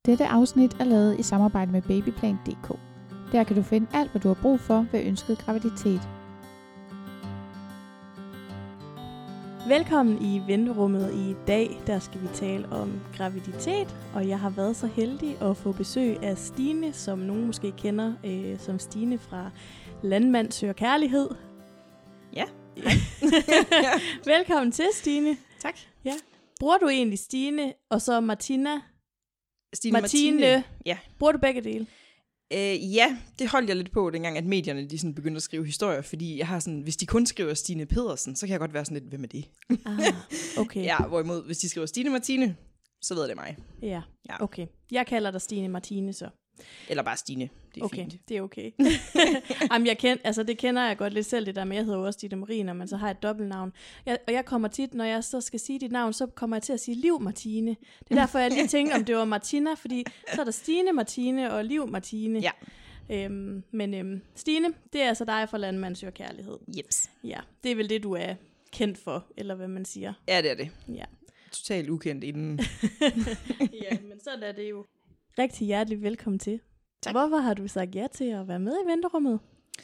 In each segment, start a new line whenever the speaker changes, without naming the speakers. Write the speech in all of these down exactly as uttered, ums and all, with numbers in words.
Dette afsnit er lavet i samarbejde med babyplan punktum d k. Der kan du finde alt, hvad du har brug for ved ønsket graviditet.
Velkommen i venterummet. I dag der skal vi tale om graviditet, og jeg har været så heldig at få besøg af Stine, som nogen måske kender øh, som Stine fra Landmand søger kærlighed.
Ja.
Velkommen til, Stine.
Tak.
Ja. Bruger du egentlig Stine og så Martina?
Stine
Martine.
Martine. Ja.
Bruger du begge dele?
Øh, ja, det holdt jeg lidt på, dengang at medierne de sådan begyndte at skrive historier, fordi jeg har sådan, hvis de kun skriver Stine Pedersen, så kan jeg godt være sådan lidt, hvem er det?
Ah, okay.
Ja, hvorimod, hvis de skriver Stine Martine, så ved det mig.
Ja,
Ja.
okay. Jeg kalder dig Stine Martine så.
Eller bare Stine, det er
Okay,
fint.
det er okay. Jamen, jeg kend, altså, det kender jeg godt lidt selv, det der med, jeg hedder jo også Stine Marie, når man så har et dobbeltnavn. Jeg, og jeg kommer tit, når jeg så skal sige dit navn, så kommer jeg til at sige Liv Martine. Det er derfor, jeg lige tænkte, om det var Martina, fordi så er der Stine Martine og Liv Martine.
Ja.
Øhm, men øhm, Stine, det er altså dig fra Landmand søger kærlighed.
Jeps.
Ja, det er vel det, du er kendt for, eller hvad man siger.
Ja, det er det.
Ja.
Totalt ukendt inden.
Ja, men sådan er det jo. Rigtig hjertelig velkommen til.
Tak.
Hvorfor har du sagt ja til at være med i venterummet?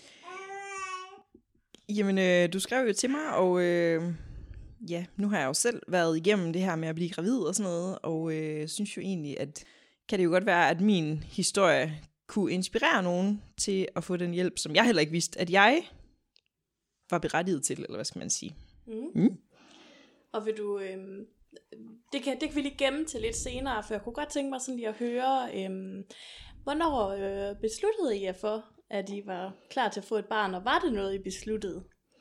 Jamen, øh, du skrev jo til mig, og øh, ja, nu har jeg jo selv været igennem det her med at blive gravid og sådan noget, og øh, synes jo egentlig, at kan det jo godt være, at min historie kunne inspirere nogen til at få den hjælp, som jeg heller ikke vidste, at jeg var berettiget til, eller hvad skal man sige.
Mm.
Mm.
Og vil du, øhm, det, kan, det kan vi lige gemme til lidt senere, for jeg kunne godt tænke mig sådan lige at høre, øhm, hvornår øh, besluttede I jer for, at I var klar til at få et barn, og var det noget, I besluttede?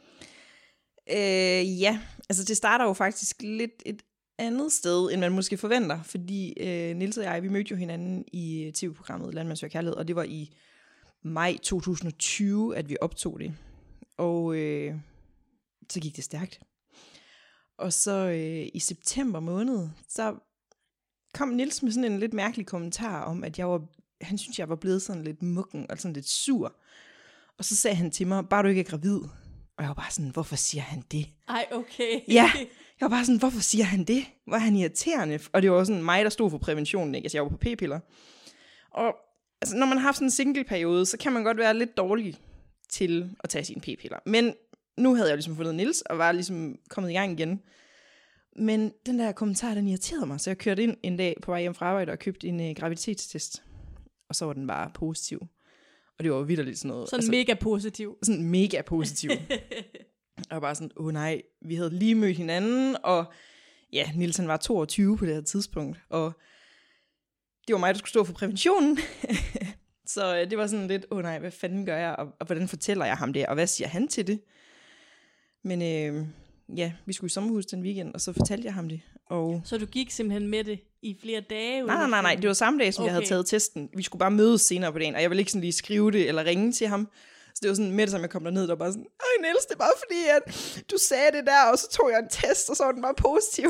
Øh, ja, altså det starter jo faktisk lidt et andet sted, end man måske forventer, fordi øh, Niels og jeg, vi mødte jo hinanden i tv-programmet Landmand søger kærlighed, og det var i maj to tusind og tyve, at vi optog det. Og øh, så gik det stærkt. Og så øh, i september måned, så kom Niels med sådan en lidt mærkelig kommentar om, at jeg var, han synes, jeg var blevet sådan lidt muggen og sådan lidt sur. Og så sagde han til mig, bare du ikke er gravid. Og jeg var bare sådan, hvorfor siger han det?
Ej, okay.
Ja, jeg var bare sådan, hvorfor siger han det? Hvor er han irriterende? Og det var sådan mig, der stod for præventionen, ikke? Altså jeg var på p-piller. Og altså, når man har haft sådan en single-periode, så kan man godt være lidt dårlig til at tage sine p-piller. Men nu havde jeg ligesom fundet Niels, og var ligesom kommet i gang igen. Men den der kommentar, den irriterede mig, så jeg kørte ind en dag på vej hjem fra arbejde og købte en uh, graviditetstest. Og så var den bare positiv. Og det var vitterligt sådan noget.
Sådan altså, mega positiv.
Sådan mega positiv. Og bare sådan, åh oh, nej, vi havde lige mødt hinanden, og ja, Niels han var toogtyve på det her tidspunkt, og det var mig, der skulle stå for præventionen. Så øh, det var sådan lidt, åh oh, nej, hvad fanden gør jeg, og, og hvordan fortæller jeg ham det, og hvad siger han til det? Men øh, ja, vi skulle i sommerhus den weekend, og så fortalte jeg ham det. Og
Så du gik simpelthen med det i flere dage?
nej, nej, nej, nej, det var samme dag, som okay. jeg havde taget testen. Vi skulle bare mødes senere på dagen, og jeg ville ikke sådan lige skrive det, eller ringe til ham. Så det var sådan, med det som jeg kom derned, der var bare sådan, øj Niels, det er bare fordi, at du sagde det der, og så tog jeg en test, og så var den bare positiv.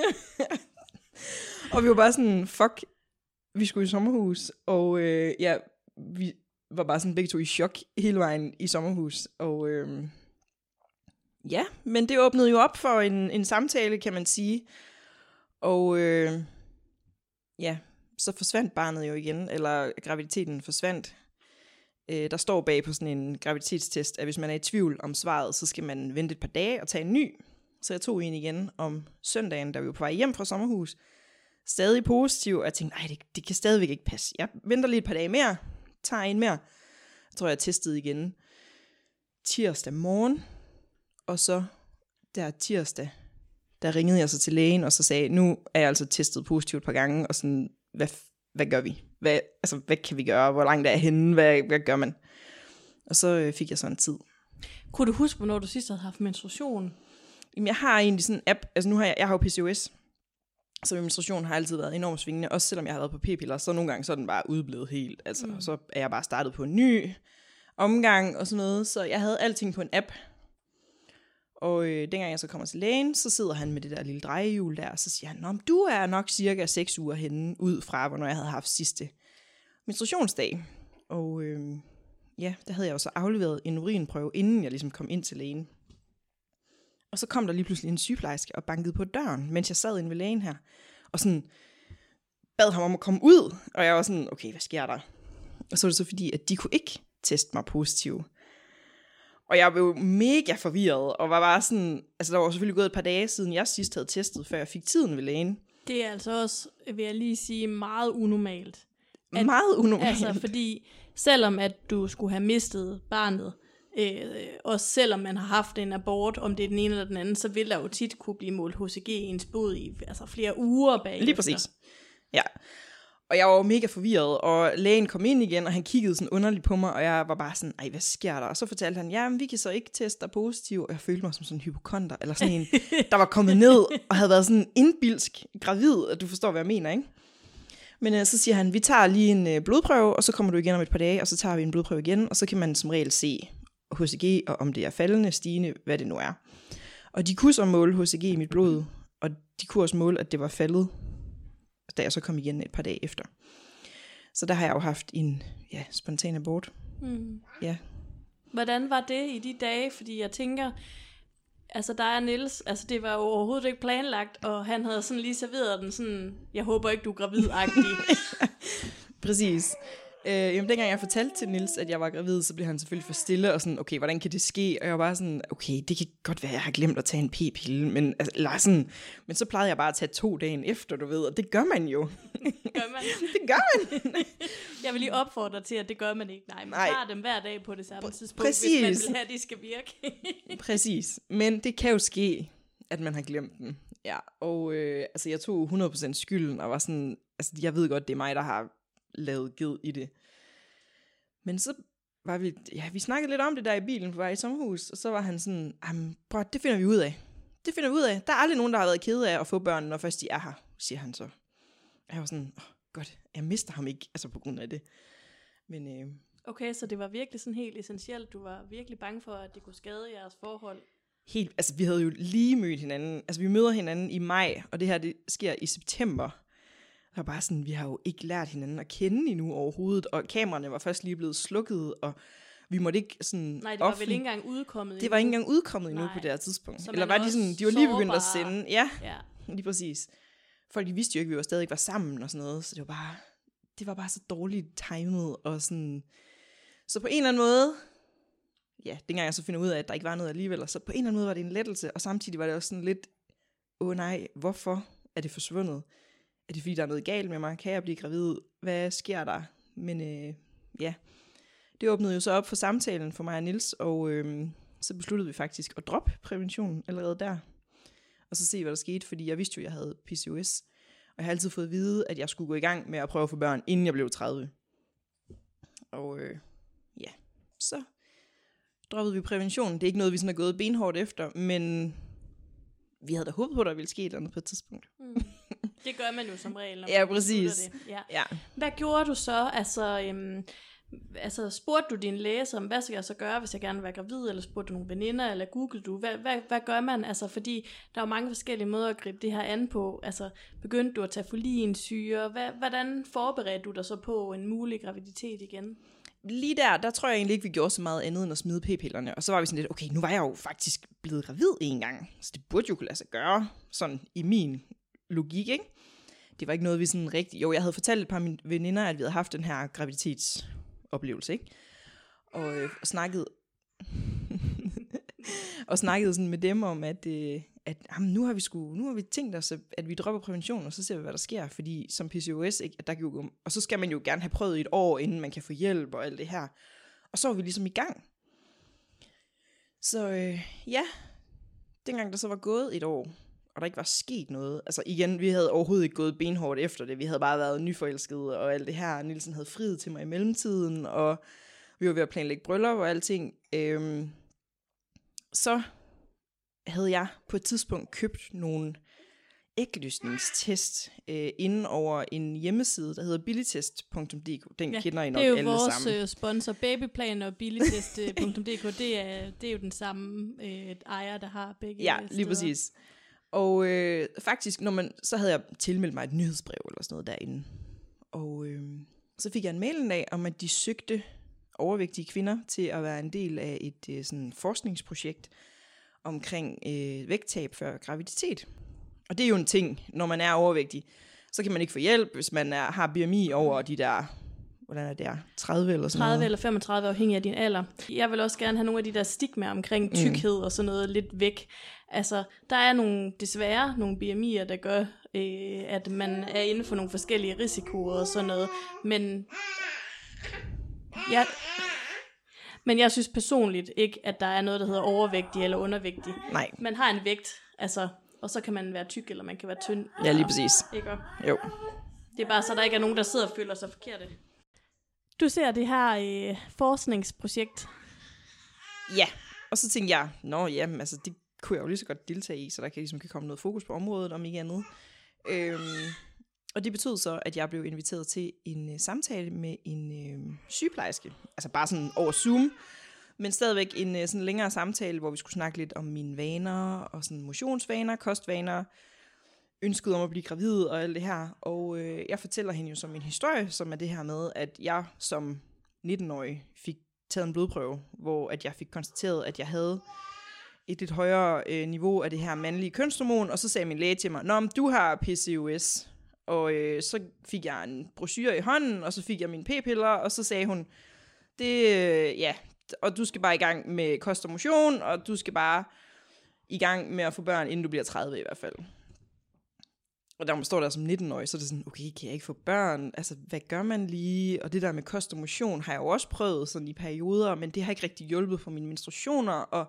Og vi var bare sådan, fuck, vi skulle i sommerhus, og øh, ja, vi var bare sådan begge to i chok hele vejen i sommerhus, og øh, ja, men det åbnede jo op for en, en samtale, kan man sige, og øh, ja, så forsvandt barnet jo igen, eller graviditeten forsvandt. Øh, der står bag på sådan en graviditetstest, at hvis man er i tvivl om svaret, så skal man vente et par dage og tage en ny. Så jeg tog en igen om søndagen, da vi var på vej hjem fra sommerhus. Stadig positiv, og jeg tænkte, nej, det, det kan stadigvæk ikke passe. Jeg venter lige et par dage mere, tager en mere. Jeg tror, jeg testede igen tirsdag morgen, og så der tirsdag, der ringede jeg så til lægen, og så sagde, nu er jeg altså testet positivt et par gange, og sådan, hvad, hvad gør vi? Hvad, altså, hvad kan vi gøre? Hvor langt er jeg henne? Hvad, hvad gør man? Og så øh, fik jeg så en tid.
Kunne du huske, hvornår du sidst havde haft menstruation?
Jamen, jeg har egentlig sådan en app, altså nu har jeg, jeg har jo P C O S, så min menstruation har altid været enormt svingende, også selvom jeg har været på p-piller, så nogle gange så er den bare udblevet helt, altså, mm. så er jeg bare startet på en ny omgang og sådan noget, så jeg havde alting på en app, og øh, dengang jeg så kommer til lægen, så sidder han med det der lille drejehjul der, og så siger han, nå, du er nok cirka seks uger henne, ud fra, hvornår jeg havde haft sidste menstruationsdag, og øh, ja, der havde jeg jo så afleveret en urinprøve, inden jeg ligesom kom ind til lægen. Og så kom der lige pludselig en sygeplejerske og bankede på døren, mens jeg sad inde ved lægen her. Og sådan bad ham om at komme ud, og jeg var sådan, okay, hvad sker der? Og så var det så fordi, at de kunne ikke teste mig positiv. Og jeg blev mega forvirret, og var bare sådan, altså der var selvfølgelig gået et par dage siden, jeg sidst havde testet, før jeg fik tiden ved lægen.
Det er altså også, vil jeg lige sige, meget unormalt.
At, meget unormalt.
Altså, fordi selvom at du skulle have mistet barnet, øh, og selvom man har haft en abort, om det er den ene eller den anden, så vil der jo tit kunne blive målt H C G i ens blod i altså flere uger bagefter.
Lige præcis. Ja. Og jeg var jo mega forvirret, og lægen kom ind igen, og han kiggede sådan underligt på mig, og jeg var bare sådan, ej, hvad sker der? Og så fortalte han, ja, men vi kan så ikke teste dig positiv, og jeg følte mig som sådan en hypokonter, eller sådan en, der var kommet ned, og havde været sådan indbilsk gravid, at du forstår, hvad jeg mener, ikke? Men øh, så siger han, vi tager lige en øh, blodprøve, og så kommer du igen om et par dage, og så tager vi en blodprøve igen, og så kan man som regel se H C G, og om det er faldende, stigende, hvad det nu er. Og de kunne så måle H C G i mit blod, og de kunne også måle, at det var faldet, da jeg så kom igen et par dage efter. Så der har jeg jo haft en ja, spontan abort.
Mm.
Ja.
Hvordan var det i de dage? Fordi jeg tænker, altså der er Niels, altså det var jo overhovedet ikke planlagt, og han havde sådan lige serveret den sådan, jeg håber ikke du er gravid-agtig.
Præcis. Øh, jamen, dengang jeg fortalte til Niels, at jeg var gravid, så blev han selvfølgelig for stille, og sådan, okay, hvordan kan det ske? Og jeg var bare sådan, okay, det kan godt være, at jeg har glemt at tage en p-pille, men, altså, eller sådan, men så plejede jeg bare at tage to dagen efter, du ved, og det gør man jo.
Gør man?
Det gør man.
Jeg vil lige opfordre til, at det gør man ikke. Nej, man
Nej.
tager dem hver dag på det samme tidspunkt,
Præcis.
hvis man vil have, at de skal virke.
Præcis. Men det kan jo ske, at man har glemt den. Ja, og øh, altså, jeg tog hundrede procent skylden, og var sådan, altså, jeg ved godt, det er mig, der har lavet ged i det. Men så var vi, ja, vi snakkede lidt om det der i bilen på vej i sommerhus, og så var han sådan, bror, det finder vi ud af. Det finder vi ud af. Der er aldrig nogen, der har været kede af at få børn, når først de er her, siger han så. Og jeg var sådan, åh, godt, jeg mister ham ikke, altså på grund af det. Men, øh,
okay, så det var virkelig sådan helt essentielt. Du var virkelig bange for, at det kunne skade jeres forhold.
Helt, altså vi havde jo lige mødt hinanden, altså vi møder hinanden i maj, og det her, det sker i september. Det var bare sådan, vi har jo ikke lært hinanden at kende endnu overhovedet, og kameraerne var først lige blevet slukket, og vi måtte ikke sådan...
Nej, det var offentlig... vel ikke engang udkommet endnu.
Det var ikke engang udkommet endnu. Nej. På det her tidspunkt. Så eller var de sådan, de var lige begyndt at sende... Ja, ja, lige præcis. Folk, de vidste jo ikke, at vi var stadig var sammen og sådan noget, så det var bare, det var bare så dårligt timet, og sådan... Så på en eller anden måde, ja, dengang jeg så finder ud af, at der ikke var noget alligevel, så på en eller anden måde var det en lettelse, og samtidig var det også sådan lidt, åh oh, nej, hvorfor er det forsvundet? Er det fordi, der er noget galt med mig? Kan jeg blive gravid? Hvad sker der? Men øh, ja, det åbnede jo så op for samtalen for mig og Niels, og øh, så besluttede vi faktisk at droppe præventionen allerede der. Og så se, hvad der skete, fordi jeg vidste jo, at jeg havde P C O S. Og jeg har altid fået at vide, at jeg skulle gå i gang med at prøve at få børn, inden jeg blev tredive. Og øh, ja, så droppede vi præventionen. Det er ikke noget, vi sådan er gået benhårdt efter, men vi havde da håbet på, at der ville ske et eller andet på et tidspunkt.
Mm. Det gør man jo som regel, når
ja,
man
præcis.
det. Ja.
Ja.
Hvad gjorde du så? Altså, øhm, altså, spurgte du din læge om, hvad skal jeg så gøre, hvis jeg gerne vil være gravid, eller spurgte du nogle veninder, eller googlede du? Hvad, hvad, hvad gør man? Altså, fordi der er jo mange forskellige måder at gribe det her an på. Altså, begyndte du at tage folinsyre? Hvad, hvordan forberedte du dig så på en mulig graviditet igen?
Lige der, der tror jeg egentlig ikke, vi gjorde så meget andet end at smide p-pillerne. Og så var vi sådan lidt, okay, nu var jeg jo faktisk blevet gravid en gang, så det burde jo kunne lade sig gøre, sådan i min logik, ikke? Det var ikke noget, vi sådan rigtig... Jo, jeg havde fortalt et par af mine veninder, at vi havde haft den her graviditetsoplevelse, ikke? Og, øh, og snakket... og snakkede sådan med dem om, at, øh, at jamen, nu har vi sgu, nu har vi tænkt os, at vi dropper prævention, og så ser vi, hvad der sker. Fordi som P C O S, ikke, at der kan jo, og så skal man jo gerne have prøvet et år, inden man kan få hjælp og alt det her. Og så var vi ligesom i gang. Så øh, ja, dengang der så var gået et år, og der ikke var sket noget. Altså igen, vi havde overhovedet ikke gået benhårdt efter det. Vi havde bare været nyforelskede og alt det her. Nielsen havde friet til mig i mellemtiden, og vi var ved at planlægge bryllup og alting. Øhm, så havde jeg på et tidspunkt købt nogle ægløsningstest øh, inden over en hjemmeside, der hedder billigtest punktum d k. Den ja, kender I nok alle sammen.
Det er jo vores øh, sponsor, Babyplan og billigtest punktum d k. det, er, det er jo den samme øh, ejer, der har begge
ja,
steder.
Lige præcis. Og øh, faktisk, når man, så havde jeg tilmeldt mig et nyhedsbrev eller sådan noget derinde. Og øh, så fik jeg en mail en dag om, at de søgte overvægtige kvinder til at være en del af et øh, sådan forskningsprojekt omkring øh, vægttab før graviditet. Og det er jo en ting, når man er overvægtig, så kan man ikke få hjælp, hvis man er, har B M I over de der, hvordan er det der, tredive eller sådan
tredive
noget.
eller femogtredive, afhængig af din alder. Jeg vil også gerne have nogle af de der stigmaer omkring tykkhed mm. og sådan noget lidt væk. Altså, der er nogle, desværre nogle B M I'er, der gør, øh, at man er inde for nogle forskellige risikoer og sådan noget. Men jeg, men jeg synes personligt ikke, at der er noget, der hedder overvægtig eller undervægtig.
Nej.
Man har en vægt, altså, og så kan man være tyk, eller man kan være tynd.
Ja, lige præcis.
Ikke?
Jo.
Det er bare så, der ikke er nogen, der sidder og føler sig forkerte. Du ser det her øh, forskningsprojekt.
Ja, og så tænkte jeg, nå ja, altså det kunne jeg jo lige så godt deltage i, så der kan, ligesom, kan komme noget fokus på området, om ikke andet. Øhm, og det betød så, at jeg blev inviteret til en uh, samtale med en uh, sygeplejerske. Altså bare sådan over Zoom, men stadigvæk en uh, sådan længere samtale, hvor vi skulle snakke lidt om mine vaner, og sådan motionsvaner, kostvaner, ønsket om at blive gravid og alt det her. Og øh, jeg fortæller hende jo som en historie, som er det her med, at jeg som nitten-årig fik taget en blodprøve, hvor at jeg fik konstateret, at jeg havde et lidt højere øh, niveau af det her mandlige kønshormon, og så sagde min læge til mig, nå, men du har P C O S. Og øh, så fik jeg en brochure i hånden, og så fik jeg mine p-piller, og så sagde hun, det, øh, ja, og du skal bare i gang med kost og motion, og du skal bare i gang med at få børn, inden du bliver tredive i hvert fald. Og der man står der som nitten-årig, så er det sådan, okay, kan jeg ikke få børn? Altså, hvad gør man lige? Og det der med kost og motion har jeg jo også prøvet sådan i perioder, men det har ikke rigtig hjulpet på mine menstruationer. Og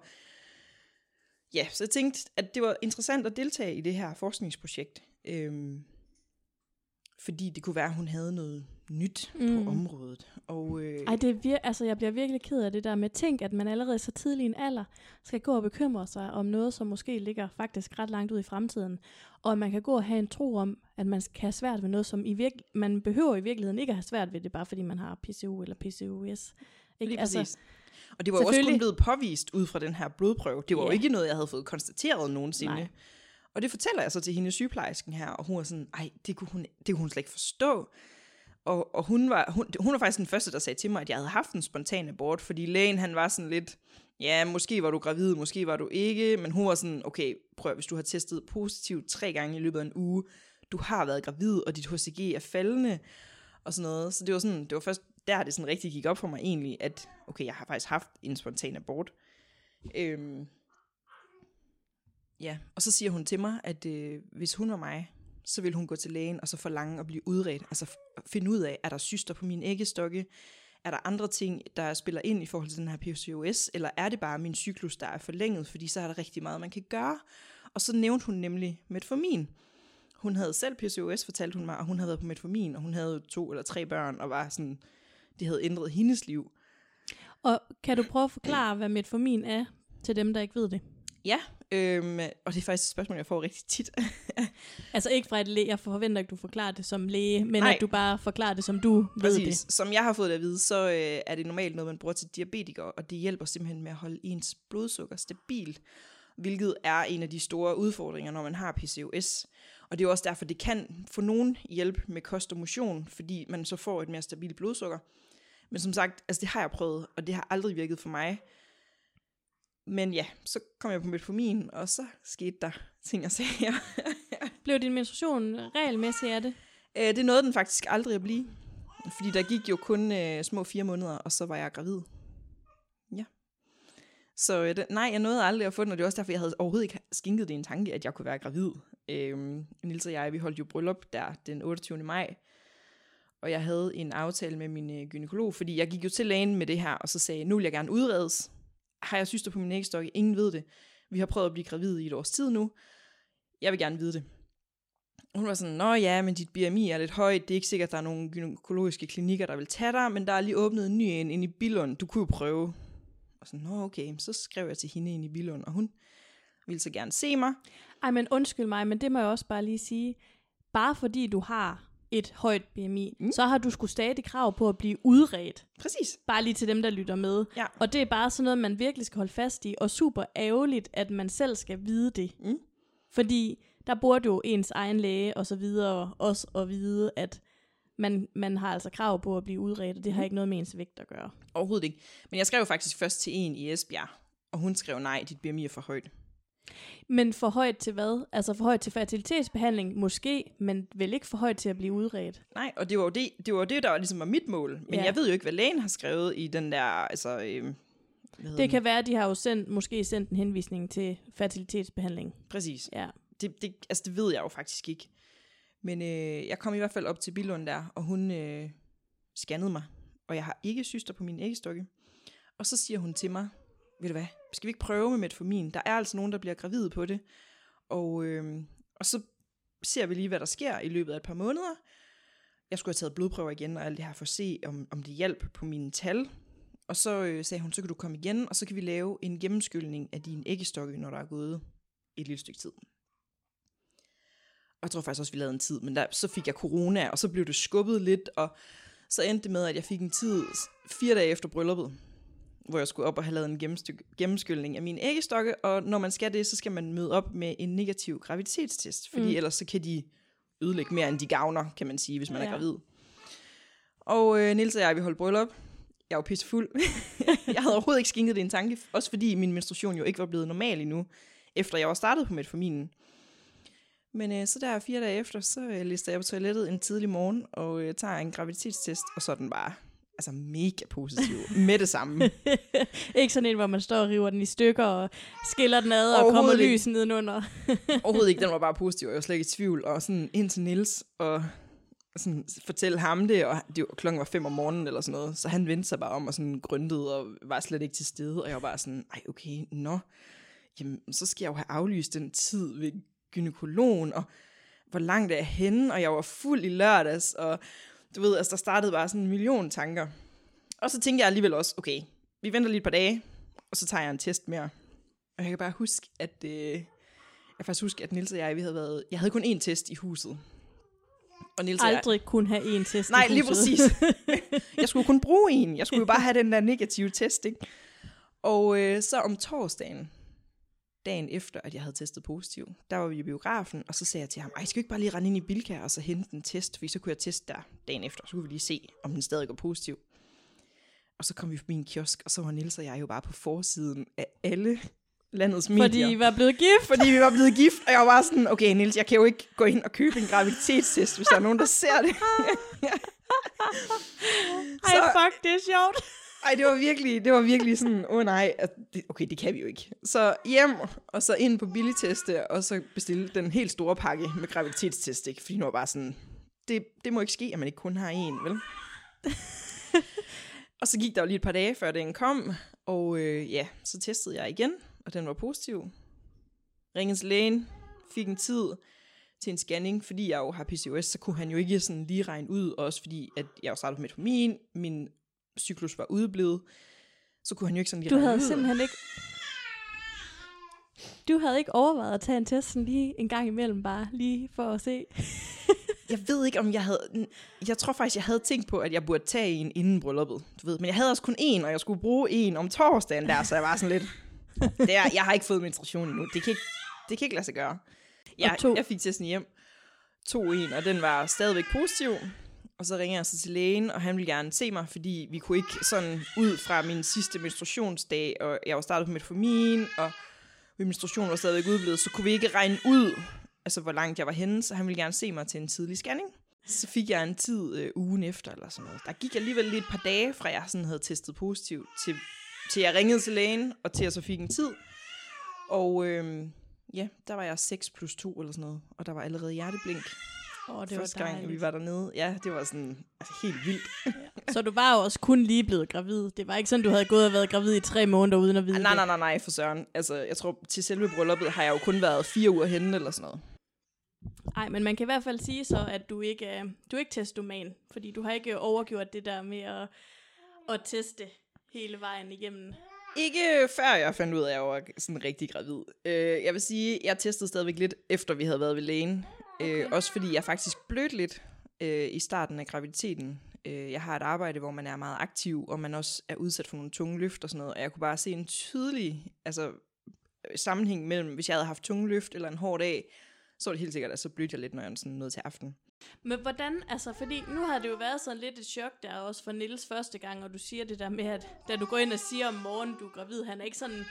ja, så jeg tænkte, at det var interessant at deltage i det her forskningsprojekt. Øhm, fordi det kunne være, at hun havde noget nyt mm. på området. Og, øh,
Ej, det er vir- altså, jeg bliver virkelig ked af det der med, tænk, at man allerede så tidlig en alder skal gå og bekymre sig om noget, som måske ligger faktisk ret langt ud i fremtiden. Og at man kan gå og have en tro om, at man skal have svært ved noget, som i virke- man behøver i virkeligheden ikke at have svært ved det, bare fordi man har P C O eller P C O S. Ikke?
Lige
altså,
præcis. Og det var jo også kun blevet påvist ud fra den her blodprøve. Det var yeah. jo ikke noget, jeg havde fået konstateret nogensinde. Nej. Og det fortæller jeg så til hende sygeplejersken her, og hun var sådan, ej, det kunne hun, det kunne hun slet ikke forstå. Og, og hun, var, hun, hun var faktisk den første, der sagde til mig, at jeg havde haft en spontan abort, fordi lægen han var sådan lidt, ja, måske var du gravid, måske var du ikke, men hun var sådan, okay, prøv, hvis du har testet positivt tre gange i løbet af en uge, du har været gravid, og dit H C G er faldende, og sådan noget. Så det var sådan, det var først der, det sådan rigtig gik op for mig egentlig, at okay, jeg har faktisk haft en spontan abort. Øhm, ja, og så siger hun til mig, at øh, hvis hun var mig, så ville hun gå til lægen, og så forlange at blive udredt, altså f- finde ud af, er der cyster på mine æggestokke, er der andre ting, der spiller ind i forhold til den her P C O S, eller er det bare min cyklus, der er forlænget, fordi så er der rigtig meget, man kan gøre. Og så nævnte hun nemlig metformin. Hun havde selv P C O S, fortalte hun mig, og hun havde været på metformin, og hun havde to eller tre børn, og var sådan, det havde ændret hendes liv.
Og kan du prøve at forklare, hvad metformin er, til dem, der ikke ved det?
Ja, øhm, og det er faktisk et spørgsmål, jeg får rigtig tit.
Altså ikke fra et læge, jeg forventer ikke, du forklarer det som læge, men
Nej.
At du bare forklarer det, som du
Præcis.
ved det.
Som jeg har fået det at vide, så øh, er det normalt noget, man bruger til diabetikere, og det hjælper simpelthen med at holde ens blodsukker stabilt, hvilket er en af de store udfordringer, når man har P C O S. Og det er også derfor, det kan få nogen hjælp med kost og motion, fordi man så får et mere stabilt blodsukker. Men som sagt, altså det har jeg prøvet, og det har aldrig virket for mig. Men ja, så kom jeg på metformin, og så skete der ting og sager.
Blev din menstruation regelmæssig af det?
Øh, det nåede den faktisk aldrig at blive. Fordi der gik jo kun øh, små fire måneder, og så var jeg gravid. Ja. Så øh, det, nej, jeg nåede aldrig at få den, og det er også derfor, jeg havde overhovedet ikke skænket det en tanke, at jeg kunne være gravid. Øh, Nils og jeg, vi holdt jo bryllup der den otteogtyvende maj. Og jeg havde en aftale med min øh, gynekolog, fordi jeg gik jo til lægen med det her, og så sagde, nu vil jeg gerne udredes. Har jeg cyster på min æggestokke? Ingen ved det. Vi har prøvet at blive gravid i et års tid nu. Jeg vil gerne vide det. Hun var sådan, nå ja, men dit B M I er lidt højt. Det er ikke sikkert, at der er nogle gynækologiske klinikker, der vil tage dig, men der er lige åbnet en ny en inde i Billund. Du kunne jo prøve. Og sådan, nå okay, så skrev jeg til hende inde i Billund, og hun ville så gerne se mig.
Ej, men undskyld mig, men det må jeg også bare lige sige. Bare fordi du har et højt B M I, mm. så har du sgu stadig krav på at blive udredt.
Præcis.
Bare lige til dem, der lytter med.
Ja.
Og det er bare sådan noget, man virkelig skal holde fast i, og super ærgerligt, at man selv skal vide det.
Mm.
Fordi der burde jo ens egen læge og så videre også at vide, at man, man har altså krav på at blive udredt, og det har ikke noget med ens vægt at gøre.
Overhovedet ikke. Men jeg skrev faktisk først til en i Esbjerg, og hun skrev, nej, dit B M I er for højt.
Men for højt til hvad? Altså for højt til fertilitetsbehandling måske, men vel ikke for højt til at blive udredt.
Nej, og det var jo det, det, var det der var ligesom var mit mål. Men
ja.
jeg ved jo ikke, hvad lægen har skrevet i den der, altså... Øh,
det kan være, at de har jo sendt, måske sendt en henvisning til fertilitetsbehandling.
Præcis.
Ja.
Det, det, altså det ved jeg jo faktisk ikke. Men øh, jeg kom i hvert fald op til Billund der, og hun øh, scannede mig. Og jeg har ikke syster på min æggestokke. Og så siger hun til mig, ved du hvad, skal vi ikke prøve med metformin? Der er altså nogen, der bliver gravide på det. Og, øh, og så ser vi lige, hvad der sker i løbet af et par måneder. Jeg skulle have taget blodprøver igen og alt det her for at se, om, om det hjalp på mine tal. Og så øh, sagde hun, så kan du komme igen, og så kan vi lave en gennemskyldning af din æggestokke, når der er gået et lille stykke tid. Og jeg tror faktisk også, vi lavede en tid, men der, så fik jeg corona, og så blev det skubbet lidt, og så endte det med, at jeg fik en tid fire dage efter brylluppet, hvor jeg skulle op og have lavet en gennemskyldning af mine æggestokke, og når man skal det, så skal man møde op med en negativ graviditetstest, fordi mm. ellers så kan de ødelægge mere, end de gavner, kan man sige, hvis man ja. er gravid. Og øh, Niels og jeg, vi holdt bryllup. Jeg var pissefuld. Jeg havde overhovedet ikke skænket det en tanke, også fordi min menstruation jo ikke var blevet normal endnu, efter jeg var startet på metforminen. Men øh, så der fire dage efter, så øh, lister jeg på toilettet en tidlig morgen, og øh, tager en graviditetstest, og så er den bare altså mega positiv med det samme.
Ikke sådan en, hvor man står og river den i stykker, og skiller den ad, og kommer lys nedenunder.
Overhovedet ikke, den var bare positiv, og jeg var slet ikke i tvivl, og sådan ind til Niels, og sådan fortælle ham det, og det var, klokken var fem om morgenen eller sådan noget, så han vendte sig bare om og sådan grøntede og var slet ikke til stede, og jeg var bare sådan, ej okay, nå, jamen så skal jeg jo have aflyst den tid ved gynækologen, og hvor langt er jeg henne, og jeg var fuld i lørdags, og du ved, altså der startede bare sådan en million tanker. Og så tænkte jeg alligevel også, okay, vi venter lige et par dage, og så tager jeg en test mere. Og jeg kan bare huske, at øh, jeg kan faktisk huske, at Niels og jeg, vi havde været, jeg havde kun én test i huset. Og Niels
aldrig
jeg,
kun have en test
nej,
i huset.
lige præcis. Jeg skulle kun bruge en. Jeg skulle jo bare have den der negative test, ikke? Og øh, så om torsdagen, dagen efter, at jeg havde testet positiv, der var vi i biografen, og så sagde jeg til ham, ej, skal vi ikke bare lige rende ind i Bilka og så hente en test, for så kunne jeg teste der dagen efter, så kunne vi lige se, om den stadig går positiv. Og så kom vi forbi en kiosk, og så var Niels og jeg jo bare på forsiden af alle landets medier.
Fordi I var blevet gift?
Fordi vi var blevet gift, og jeg var bare sådan, okay Niels, jeg kan jo ikke gå ind og købe en graviditetstest, hvis der er nogen, der ser det.
Ej, fuck, det er sjovt.
Ej, det var virkelig, det var virkelig sådan, åh oh, nej, okay, det kan vi jo ikke. Så hjem, og så ind på billigteste, og så bestille den helt store pakke med graviditetstest, ikke? Fordi nu var bare sådan, det, det må ikke ske, at man ikke kun har en, vel? Og så gik der jo lige et par dage, før den kom, og øh, ja, så testede jeg igen, og den var positiv. Ringede til lægen, fik en tid til en scanning, fordi jeg jo har P C O S, så kunne han jo ikke sådan lige regne ud, også fordi at jeg var startet på metformin, min cyklus var udeblevet, så kunne han jo ikke sådan lige
Du havde simpelthen ikke... Du havde ikke overvejet at tage en test sådan lige en gang imellem, bare lige for at se.
Jeg ved ikke, om jeg havde... Jeg tror faktisk, jeg havde tænkt på, at jeg burde tage en inden brylluppet, du ved. Men jeg havde også kun en, og jeg skulle bruge en om torsdagen der, så jeg var sådan lidt... Det er, jeg har ikke fået menstruation endnu. Det kan ikke, det kan ikke lade sig gøre. Jeg, jeg fik testen hjem, tog en, og den var stadigvæk positiv. Og så ringer jeg så til lægen, og han ville gerne se mig, fordi vi kunne ikke sådan ud fra min sidste menstruationsdag, og jeg var startet på metformin, og min menstruation var stadigvæk udblevet, så kunne vi ikke regne ud, altså hvor langt jeg var henne, så han ville gerne se mig til en tidlig scanning. Så fik jeg en tid øh, ugen efter, eller sådan noget. Der gik alligevel lige et par dage, fra jeg sådan havde testet positivt, til, til jeg ringede til lægen, og til jeg så fik en tid. Og øh, ja, der var jeg seks plus to eller sådan noget, og der var allerede hjerteblink.
Åh, det
Første
var
gang, vi var dernede. Ja, det var sådan altså, helt vildt.
Ja. Så du var jo også kun lige blevet gravid. Det var ikke sådan, du havde gået og været gravid i tre måneder uden at vide
ah, nej, nej, nej, nej, for søren. Altså, jeg tror, til selve brylluppet har jeg jo kun været fire uger henne eller sådan noget.
Nej, men man kan i hvert fald sige så, at du ikke er, du er ikke testoman. Fordi du har ikke overgjort det der med at, at teste hele vejen igennem.
Ikke før jeg fandt ud af, at jeg var sådan rigtig gravid. Øh, jeg vil sige, jeg testede stadigvæk lidt, efter vi havde været ved lægen. Okay. Øh, også fordi jeg faktisk blødte lidt øh, i starten af graviditeten. Øh, jeg har et arbejde, hvor man er meget aktiv, og man også er udsat for nogle tunge løft og sådan noget. Og jeg kunne bare se en tydelig altså, sammenhæng mellem, hvis jeg havde haft tunge løft eller en hård dag, så var det helt sikkert, at så blødte jeg lidt, når jeg sådan nåede til aften.
Men hvordan, altså fordi nu har det jo været sådan lidt et chok der også for Niels første gang, og du siger det der med, at da du går ind og siger om morgenen, du er gravid, han er ikke sådan,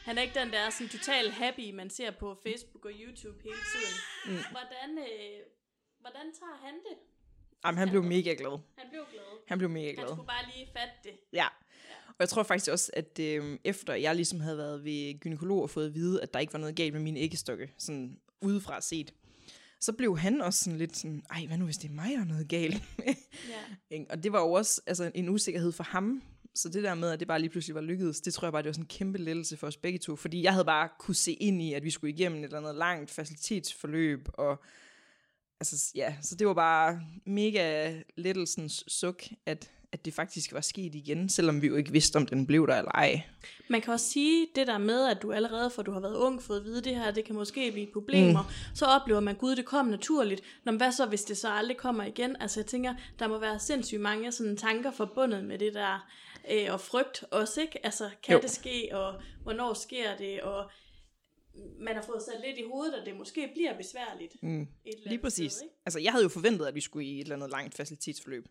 Han er ikke den, der er sådan total happy, man ser på Facebook og YouTube hele tiden. Mm. Hvordan, øh, hvordan tager han det?
Jamen, han blev mega glad.
Han blev glad.
Han blev mega glad.
Han skulle bare lige fatte det.
Ja. Og jeg tror faktisk også, at øh, efter jeg ligesom havde været ved gynekolog og fået at vide, at der ikke var noget galt med mine æggestokke, sådan udefra set, så blev han også sådan lidt sådan, ej, hvad nu hvis det er mig, der er noget galt med? Ja. Og det var jo også altså, en usikkerhed for ham. Så det der med, at det bare lige pludselig var lykkedes, det tror jeg bare, det var sådan en kæmpe lettelse for os begge to. Fordi jeg havde bare kunne se ind i, at vi skulle igennem et eller andet langt facilitetsforløb. Og, altså, ja, så det var bare mega lettelsens suk, at, at det faktisk var sket igen, selvom vi jo ikke vidste, om den blev der eller ej.
Man kan også sige, det der med, at du allerede, for du har været ung, fået at vide det her, det kan måske blive problemer, mm. så oplever man, gud, det kom naturligt. Nå, men hvad så, hvis det så aldrig kommer igen? Altså jeg tænker, der må være sindssygt mange sådan tanker forbundet med det der, øh, og frygt også, ikke? Altså, kan jo. det ske, og hvornår sker det, og man har fået sat lidt i hovedet, at det måske bliver besværligt.
Mm. Lige præcis. Sted, altså jeg havde jo forventet, at vi skulle i et eller andet langt facilitetsforløb.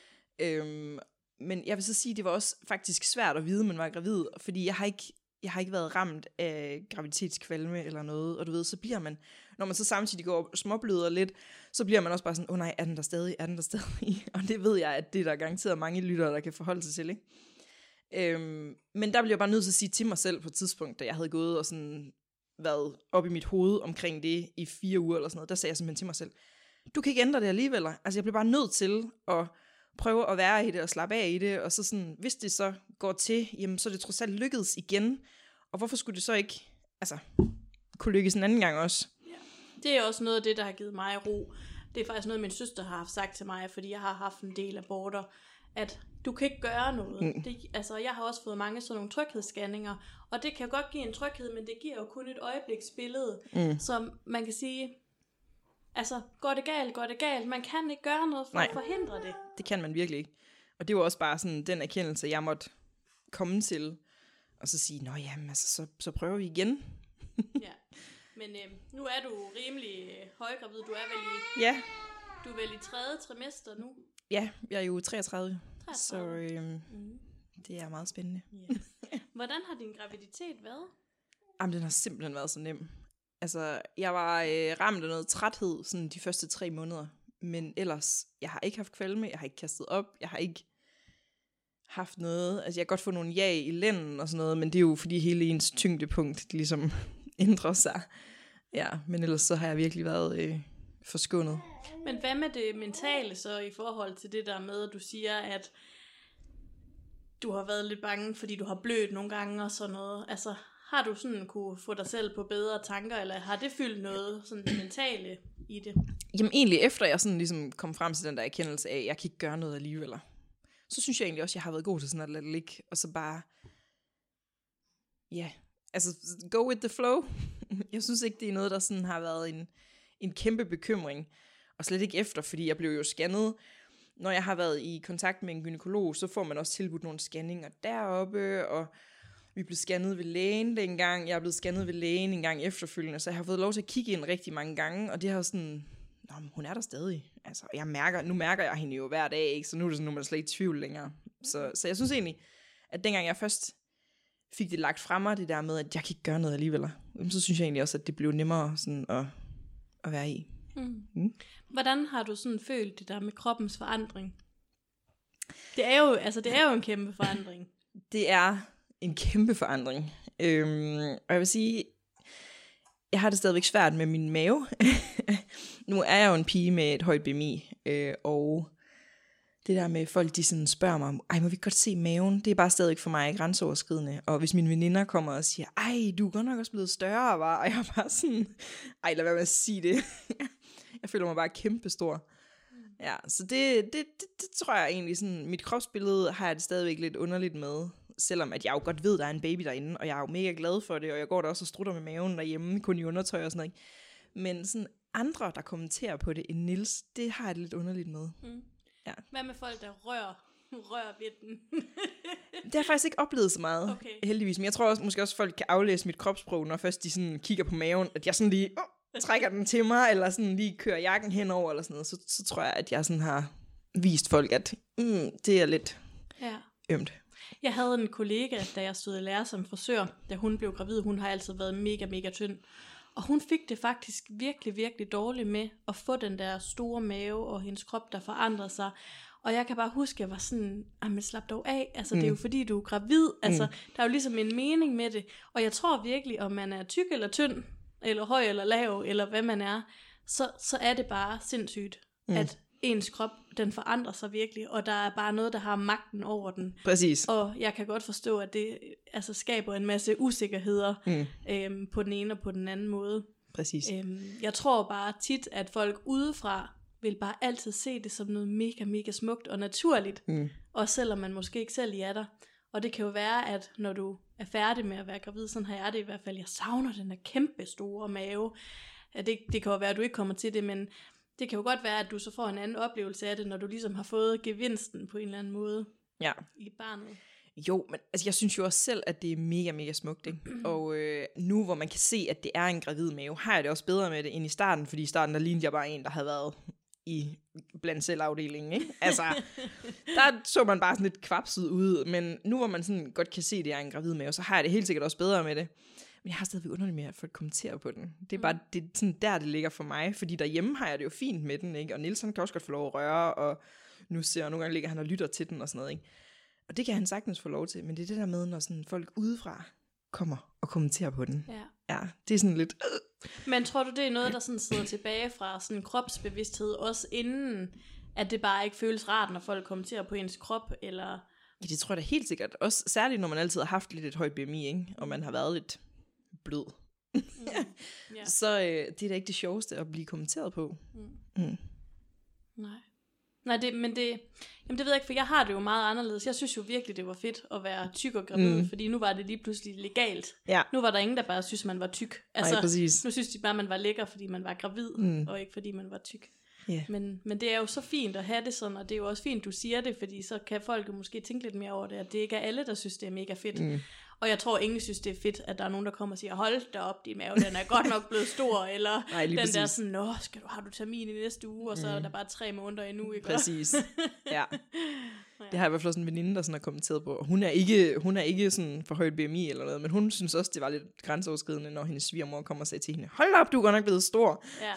Øhm, men jeg vil så sige, at det var også faktisk svært at vide, at man var gravid, fordi jeg har ikke, jeg har ikke været ramt af graviditetskvalme eller noget, og du ved, så bliver man, når man så samtidig går og småbløder lidt, så bliver man også bare sådan, åh oh, nej, er den der stadig, er den der stadig? Og det ved jeg, at det er der garanteret mange lyttere, der kan forholde sig til, ikke? Øhm, men der blev jeg bare nødt til at sige til mig selv på et tidspunkt, da jeg havde gået og sådan været op i mit hoved omkring det i fire uger eller sådan noget, der sagde jeg simpelthen til mig selv, du kan ikke ændre det alligevel. Altså jeg blev bare nødt til at prøve at være i det og slappe af i det, og så sådan, hvis det så går til, jamen så er det trods alt lykkedes igen, og hvorfor skulle det så ikke, altså, kunne lykkes en anden gang også?
Ja. Det er også noget af det, der har givet mig ro. Det er faktisk noget, min søster har haft sagt til mig, fordi jeg har haft en del aborter, at du kan ikke gøre noget. Mm. Det, altså, jeg har også fået mange sådan nogle tryghedsscanninger, og det kan godt give en tryghed, men det giver jo kun et øjebliksbillede, mm. som man kan sige, altså, går det galt, går det galt. Man kan ikke gøre noget for Nej, at forhindre det.
Det kan man virkelig ikke. Og det var også bare sådan den erkendelse, jeg måtte komme til, og så sige, nå jamen, altså, så, så prøver vi igen.
Ja, men øh, nu er du rimelig øh, højgravid. Du er vel i,
ja.
du er vel i tredje trimester nu?
Ja, jeg er jo treogtredive,
treogtredive.
Så øh, mm. det er meget spændende.
Yes. Hvordan har din graviditet været?
Jamen, den har simpelthen været så nem. Altså, jeg var øh, ramt af noget træthed sådan de første tre måneder, men ellers, jeg har ikke haft kvalme, jeg har ikke kastet op, jeg har ikke haft noget, altså jeg kan godt få nogle jag i lænden og sådan noget, men det er jo fordi hele ens tyngdepunkt ligesom ændrer sig. Ja, men ellers så har jeg virkelig været øh, forskånet.
Men hvad med det mentale så i forhold til det der med, at du siger, at du har været lidt bange, fordi du har blødt nogle gange og sådan noget, altså har du sådan kunne få dig selv på bedre tanker, eller har det fyldt noget sådan det mentale i det?
Jamen egentlig efter jeg sådan ligesom kom frem til den der erkendelse af, at jeg kan ikke gøre noget alligevel, så synes jeg egentlig også, at jeg har været god til sådan at lade det ligge, og så bare, ja, yeah, altså go with the flow. Jeg synes ikke, det er noget, der sådan har været en, en kæmpe bekymring, og slet ikke efter, fordi jeg blev jo scannet. Når jeg har været i kontakt med en gynekolog, så får man også tilbudt nogle scanninger deroppe, og vi blev scannet ved lægen dengang, jeg er blevet scannet ved lægen en gang efterfølgende, så jeg har fået lov til at kigge ind rigtig mange gange, og det har sådan, nå, hun er der stadig. Altså, jeg mærker, nu mærker jeg hende jo hver dag, ikke? Så nu er det sådan, nu er man slet ikke i tvivl længere. Så, så jeg synes egentlig, at dengang jeg først fik det lagt fra mig, det der med, at jeg kan ikke gøre noget alligevel, så synes jeg egentlig også, at det blev nemmere sådan at, at være i.
Mm. Mm. Hvordan har du sådan følt det der med kroppens forandring? Det er jo, altså, det er jo en kæmpe forandring.
Det er en kæmpe forandring. Øhm, og jeg vil sige, jeg har det stadigvæk svært med min mave. Nu er jeg jo en pige med et højt B M I, øh, og det der med folk, de sådan spørger mig, ej, må vi godt se maven? Det er bare stadigvæk for mig grænseoverskridende. Og hvis mine veninder kommer og siger, ej, du er godt nok også blevet større, var, og jeg er bare sådan, ej, lad være med at sige det. Jeg føler mig bare kæmpestor. Ja, så det, det, det, det tror jeg egentlig, sådan, mit kropsbillede har jeg det stadigvæk lidt underligt med, selvom at jeg jo godt ved, der er en baby derinde, og jeg er jo mega glad for det, og jeg går der også og strutter med maven derhjemme, kun i undertøj og sådan noget. Men sådan andre, der kommenterer på det end Nils, det har jeg det lidt underligt med. Mm. Ja.
Hvad med folk, der rører, rører ved den?
Det har jeg faktisk ikke oplevet så meget,
okay.
Heldigvis. Men jeg tror også, måske også, folk kan aflæse mit kropssprog, når først de sådan kigger på maven, at jeg sådan lige oh, trækker den til mig, eller sådan lige kører jakken henover, eller sådan noget. Så, så tror jeg, at jeg sådan har vist folk, at mm, det er lidt
ja.
ømt.
Jeg havde en kollega, da jeg stod i lære som frisør, da hun blev gravid. Hun har altid været mega, mega tynd. Og hun fik det faktisk virkelig, virkelig dårligt med at få den der store mave og hendes krop, der forandrede sig. Og jeg kan bare huske, at jeg var sådan, men slap dog af. Altså, mm. det er jo fordi, du er gravid. Altså, mm. der er jo ligesom en mening med det. Og jeg tror virkelig, om man er tyk eller tynd, eller høj eller lav, eller hvad man er, så, så er det bare sindssygt, mm. at ens krop, den forandrer sig virkelig, og der er bare noget, der har magten over den.
Præcis.
Og jeg kan godt forstå, at det altså skaber en masse usikkerheder mm. øhm, på den ene og på den anden måde.
Præcis.
Øhm, jeg tror bare tit, at folk udefra vil bare altid se det som noget mega, mega smukt og naturligt, mm. og selvom man måske ikke selv er der. Og det kan jo være, at når du er færdig med at være gravid, sådan har jeg det i hvert fald, jeg savner den der kæmpe store mave. Det, det kan jo være, at du ikke kommer til det, men det kan jo godt være, at du så får en anden oplevelse af det, når du ligesom har fået gevinsten på en eller anden måde
ja.
I barnet.
Jo, men altså, jeg synes jo også selv, at det er mega, mega smukt, ikke? Og øh, nu hvor man kan se, at det er en gravid mave, har jeg det også bedre med det end i starten, fordi i starten der lignede jeg bare en, der havde været i blandt selvafdelingen, ikke? Altså, der så man bare sådan lidt kvapset ud, men nu hvor man sådan godt kan se, at det er en gravid mave, så har jeg det helt sikkert også bedre med det. Men jeg har stadigvæk underligt med at få et kommentere på den. Det er bare det, sådan der, det ligger for mig, fordi derhjemme har jeg det jo fint med den, ikke? Og Niels han kan også godt få lov at røre, og nu ser jeg, nogle gange ligger han og lytter til den og sådan noget, ikke? Og det kan han sagtens få lov til, men det er det der med, når sådan folk udefra kommer og kommenterer på den.
Ja.
Ja, det er sådan lidt... Øh.
Men tror du, det er noget, der sådan sidder tilbage fra sådan kropsbevidsthed, også inden, at det bare ikke føles rart, når folk kommenterer på ens krop, eller...
Ja, det tror jeg da helt sikkert. Også særligt, når man altid har haft lidt et højt B M I, ikke? Og man har været lidt blød. Mm. Yeah. Så øh, det er da ikke det sjoveste at blive kommenteret på. Mm. Mm.
Nej. Nej, det, men det, jamen det ved jeg ikke, for jeg har det jo meget anderledes. Jeg synes jo virkelig, det var fedt at være tyk og gravid, mm. fordi nu var det lige pludselig legalt.
Ja.
Nu var der ingen, der bare synes, man var tyk. Altså,
nej, præcis.
Nu synes de bare, man var lækker, fordi man var gravid, mm. og ikke fordi man var tyk.
Yeah.
Men, men det er jo så fint at have det sådan, og det er jo også fint, du siger det, fordi så kan folk jo måske tænke lidt mere over det, at det ikke er alle, der synes, det er mega fedt. Mm. Og jeg tror, ingen synes, det er fedt, at der er nogen, der kommer og siger, hold da op, din mave, den er godt nok blevet stor, eller
nej, den
præcis. Der sådan, nå, skal du, har du termin i næste uge, og så mm. er der bare tre måneder endnu, ikke?
Præcis, ja. Det har jeg i hvert fald sådan en veninde, der sådan har kommenteret på. Hun er ikke, hun er ikke sådan for højt B M I eller noget, men hun synes også, det var lidt grænseoverskridende, når hendes svigermor kommer og sagde til hende, hold op, du er godt nok blevet stor.
Ja.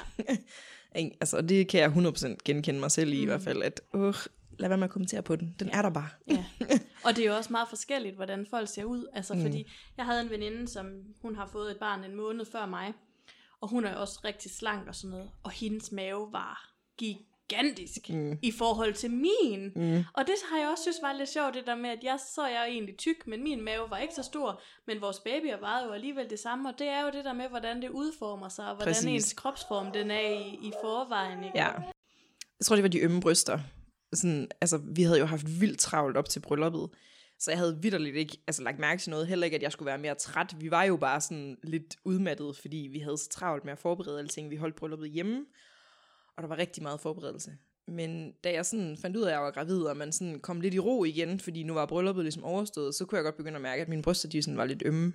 Altså, det kan jeg hundrede procent genkende mig selv i, mm. i hvert fald, at øh, lad være med at kommentere på den. Den ja. Er der bare.
Ja. Og det er jo også meget forskelligt, hvordan folk ser ud. Altså, mm. fordi jeg havde en veninde, som hun har fået et barn en måned før mig, og hun er også rigtig slank og sådan noget, og hendes mave var gigantisk mm. i forhold til min. Mm. Og det har jeg også synes var lidt sjovt, det der med, at jeg så er jeg egentlig tyk, men min mave var ikke så stor, men vores babyer var jo alligevel det samme, og det er jo det der med, hvordan det udformer sig, og hvordan præcis. Ens kropsform den er i, i forvejen. Ikke?
Ja. Jeg tror, det var de ømme bryster. Sådan, altså, vi havde jo haft vildt travlt op til brylluppet, så jeg havde vitterligt ikke altså, lagt mærke til noget, heller ikke, at jeg skulle være mere træt. Vi var jo bare sådan lidt udmattet, fordi vi havde så travlt med at forberede alting. Vi holdt brylluppet hjemme, og der var rigtig meget forberedelse. Men da jeg sådan fandt ud af, at jeg var gravid, og man sådan kom lidt i ro igen, fordi nu var brylluppet ligesom overstået, så kunne jeg godt begynde at mærke, at mine bryster de sådan var lidt ømme.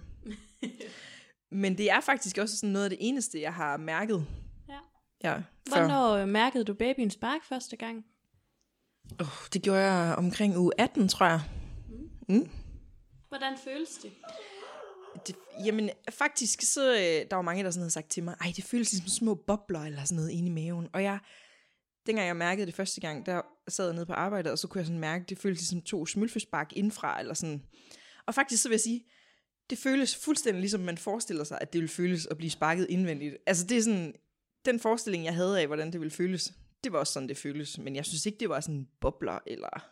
Men det er faktisk også sådan noget af det eneste, jeg har mærket.
Ja.
Ja,
hvornår mærkede du babyens spark første gang?
Oh, det gjorde jeg omkring uge atten, tror jeg. Mm. Mm.
Hvordan føles det?
det? Jamen, faktisk, så der var mange, der sådan havde sagt til mig, ej, det føles ligesom små bobler eller sådan noget inde i maven. Og jeg, dengang jeg mærkede det første gang, der sad jeg nede på arbejdet, og så kunne jeg sådan mærke, det føltes ligesom to smølfespark indfra, eller sådan. Og faktisk så vil jeg sige, det føles fuldstændig ligesom man forestiller sig, at det ville føles at blive sparket indvendigt. Altså det er sådan, den forestilling, jeg havde af, hvordan det ville føles, det var også sådan, det føles. Men jeg synes ikke, det var sådan bobler, eller...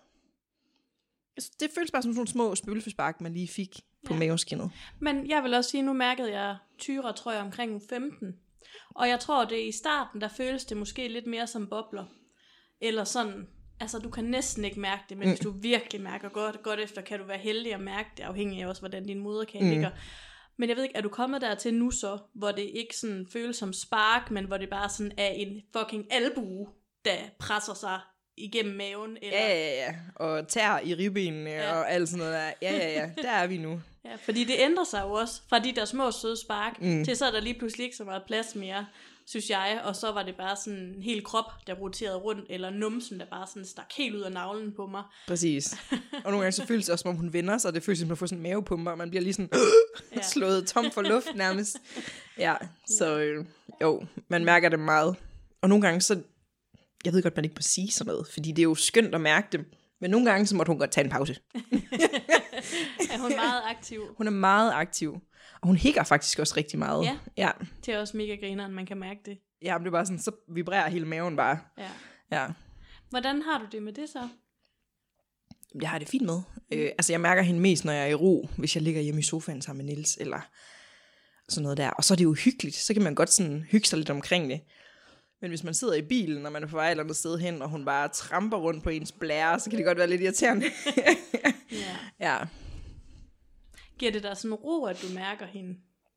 Det føles bare som sådan nogle små spøgelsespark, man lige fik på ja. Maveskinnet.
Men jeg vil også sige, nu mærkede jeg tyre, tror jeg, omkring uge femten. Og jeg tror, det i starten, der føles det måske lidt mere som bobler. Eller sådan, altså du kan næsten ikke mærke det, men mm. hvis du virkelig mærker godt, godt efter, kan du være heldig at mærke det, afhængig af også, hvordan din moderkage mm. ligger. Men jeg ved ikke, er du kommet dertil nu så, hvor det ikke sådan føles som spark, men hvor det bare sådan er en fucking albue, der presser sig igennem maven? Eller...
Ja, ja, ja. Og tær i ribbenene ja. Og alt sådan noget der. Ja, ja, ja. Der er vi nu.
Ja, fordi det ændrer sig jo også fra de der små søde spark,
Mm.
til så er der lige pludselig ikke så meget plads mere, synes jeg, og så var det bare sådan en hel krop, der roterede rundt, eller numsen, der bare sådan stak helt ud af navlen på mig.
Præcis. Og nogle gange så føles det også, som om hun vender sig, det føles som at få sådan en mavepumper, og man bliver lige sådan
Ja.
slået tom for luft nærmest. Ja, så øh, jo, man mærker det meget. Og nogle gange så, jeg ved godt, man ikke må sige sådan noget, fordi det er jo skønt at mærke dem, men nogle gange så måtte hun godt tage en pause.
Er hun meget aktiv?
Hun er meget aktiv, og hun hikker faktisk også rigtig meget.
Ja.
Ja,
Det er også mega grineren, man kan mærke det.
ja, men det er bare sådan, så vibrerer hele maven bare.
Ja.
Ja.
Hvordan har du det med det så?
Jeg har det fint med. Øh, altså, jeg mærker hende mest, når jeg er i ro, hvis jeg ligger hjemme i sofaen sammen med Niels, eller sådan noget der. Og så er det jo hyggeligt. Så kan man godt sådan hygge sig lidt omkring det. Men hvis man sidder i bilen, og man er på vej et eller andet sted hen, og hun bare tramper rundt på ens blære, så kan det godt være lidt irriterende.
Ja.
Ja.
Giver det dig sådan ro, at du mærker hende?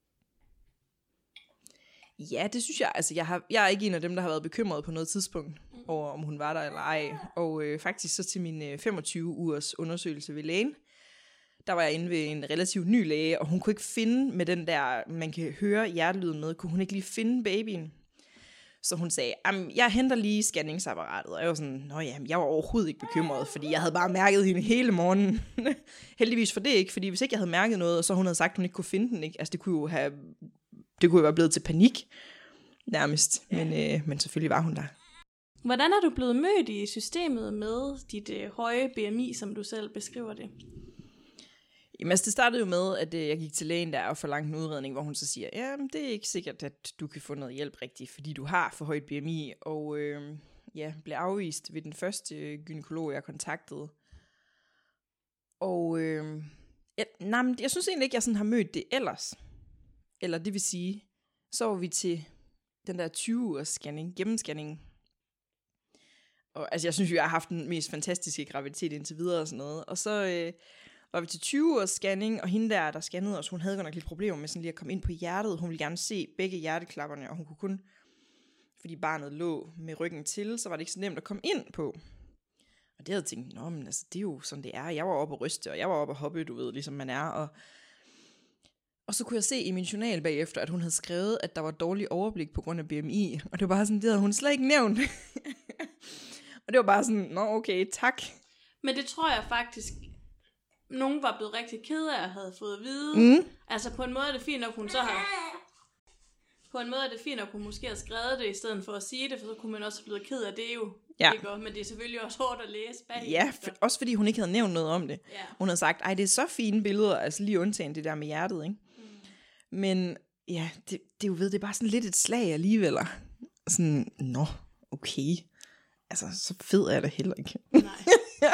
Ja, det synes jeg. Altså, jeg, har, jeg er ikke en af dem, der har været bekymret på noget tidspunkt over, om hun var der eller ej. Og øh, faktisk så til min øh, femogtyve ugers undersøgelse ved lægen, der var jeg inde ved en relativt ny læge, og hun kunne ikke finde med den der, man kan høre hjertelyden med, kunne hun ikke lige finde babyen. Så hun sagde, jeg henter lige scanningsapparatet. Og jeg var sådan, nå ja, jeg var overhovedet ikke bekymret, fordi jeg havde bare mærket hende hele morgenen. Heldigvis for det ikke, fordi hvis ikke jeg havde mærket noget, og så hun havde sagt, at hun ikke kunne finde den, ikke? Altså det kunne jo have, det kunne jo være blevet til panik, nærmest. Men, øh, men selvfølgelig var hun der.
Hvordan er du blevet mødt i systemet med dit øh, høje B M I, som du selv beskriver det?
Jamen altså det startede jo med, at øh, jeg gik til lægen der og forlangte en udredning, hvor hun så siger, ja, det er ikke sikkert, at du kan få noget hjælp rigtigt, fordi du har for højt B M I, og øh, ja, blev afvist ved den første øh, gynekolog, jeg kontaktede. Og øh, jeg, nej, men jeg synes egentlig ikke, jeg sådan har mødt det ellers. Eller det vil sige, så var vi til den der tyve ugers scanning, gennemscanning. Og altså jeg synes jo, jeg har haft den mest fantastiske graviditet indtil videre og sådan noget. Og så øh, var vi til tyve ugers scanning, og hende der, der scannede os, hun havde godt nok lidt problemer med sådan lige at komme ind på hjertet. Hun ville gerne se begge hjerteklapperne, og hun kunne kun, fordi barnet lå med ryggen til, så var det ikke så nemt at komme ind på. Og det havde jeg tænkt, nå, men altså, det er jo sådan, det er. Jeg var oppe og ryste, og jeg var oppe og hoppe, du ved, ligesom man er. Og, og så kunne jeg se i min journal bagefter, at hun havde skrevet, at der var dårlig overblik på grund af B M I. Og det var bare sådan, det havde hun slet ikke nævnt. Og det var bare sådan, nå okay, tak.
Men det tror jeg faktisk, nogen var blevet rigtig ked af at have fået at vide.
Mm.
Altså på en måde er det fint nok, hun så har... På en måde er det fint nok, hun måske har skrevet det, i stedet for at sige det, for så kunne man også have blevet ked af det jo.
Ja.
Ikke? Men det er selvfølgelig også hårdt at læse bag.
Ja, for, også fordi hun ikke havde nævnt noget om det.
Ja.
Hun havde sagt, ej, det er så fine billeder, altså lige undtagen det der med hjertet, ikke?
Mm.
Men ja, det, det er jo ved, det er bare sådan lidt et slag alligevel. Sådan, nå, okay. Altså, så fed er det heller ikke.
Nej.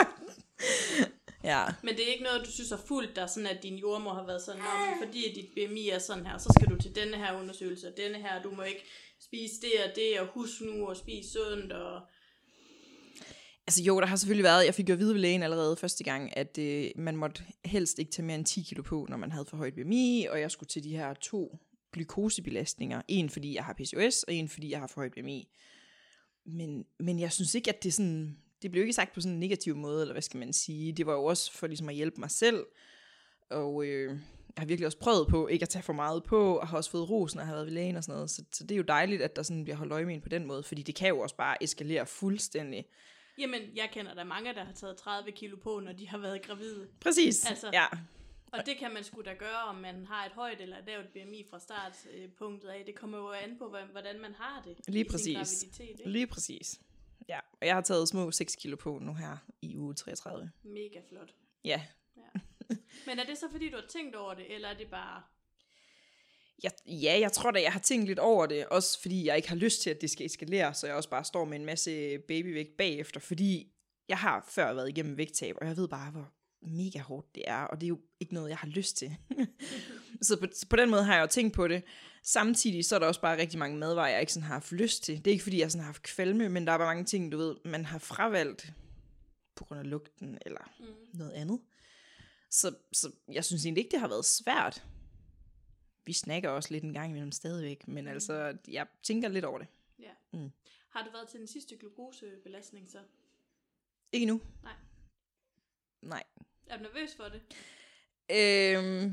Ja.
Men det er ikke noget, du synes er fuldt, der sådan, at din jordmor har været sådan, men fordi dit B M I er sådan her, så skal du til denne her undersøgelse, og denne her, du må ikke spise det og det, og husk nu at spise sundt, og...
Altså jo, der har selvfølgelig været, jeg fik jo at vide ved lægen allerede første gang, at øh, man måtte helst ikke tage mere end ti kilo på, når man havde for højt B M I, og jeg skulle til de her to glukosebelastninger. En fordi jeg har P C O S, og en fordi jeg har for højt B M I. Men, men jeg synes ikke, at det sådan... Det blev ikke sagt på sådan en negativ måde, eller hvad skal man sige. Det var jo også for ligesom at hjælpe mig selv. Og øh, jeg har virkelig også prøvet på ikke at tage for meget på, og har også fået ros, når jeg har været ved lægen og sådan noget. Så, så det er jo dejligt, at der sådan bliver holdt øje med en på den måde, fordi det kan jo også bare eskalere fuldstændig.
Jamen, jeg kender der mange, der har taget tredive kilo på, når de har været gravide.
Præcis,
Altså,
ja.
Og det kan man sgu da gøre, om man har et højt eller et lavt B M I fra startpunktet af. Det kommer jo an på, hvordan man har det
Lige
i
præcis.
sin graviditet. Ikke?
Lige præcis. Ja, og jeg har taget små seks kilo på nu her i uge treogtredive.
Mega flot.
Ja.
Ja. Men er det så, fordi du har tænkt over det, eller er det bare...
Ja, ja, jeg tror da, jeg har tænkt lidt over det, også fordi jeg ikke har lyst til, at det skal eskalere, så jeg også bare står med en masse babyvægt bagefter, fordi jeg har før været igennem vægttab, og jeg ved bare, hvor mega hårdt det er, og det er jo ikke noget, jeg har lyst til. Så på, på den måde har jeg jo tænkt på det. Samtidig så er der også bare rigtig mange madvarer, jeg ikke sådan har haft lyst til. Det er ikke fordi, jeg sådan har haft kvalme, men der er bare mange ting, du ved, man har fravalgt på grund af lugten, eller mm. noget andet. Så, så jeg synes egentlig ikke, det har været svært. Vi snakker også lidt en gang imellem stadigvæk, men mm. altså, jeg tænker lidt over det.
Ja.
Mm.
Har du været til den sidste glukosebelastning så?
Ikke nu.
Nej.
Nej.
Er du nervøs for det?
Øhm,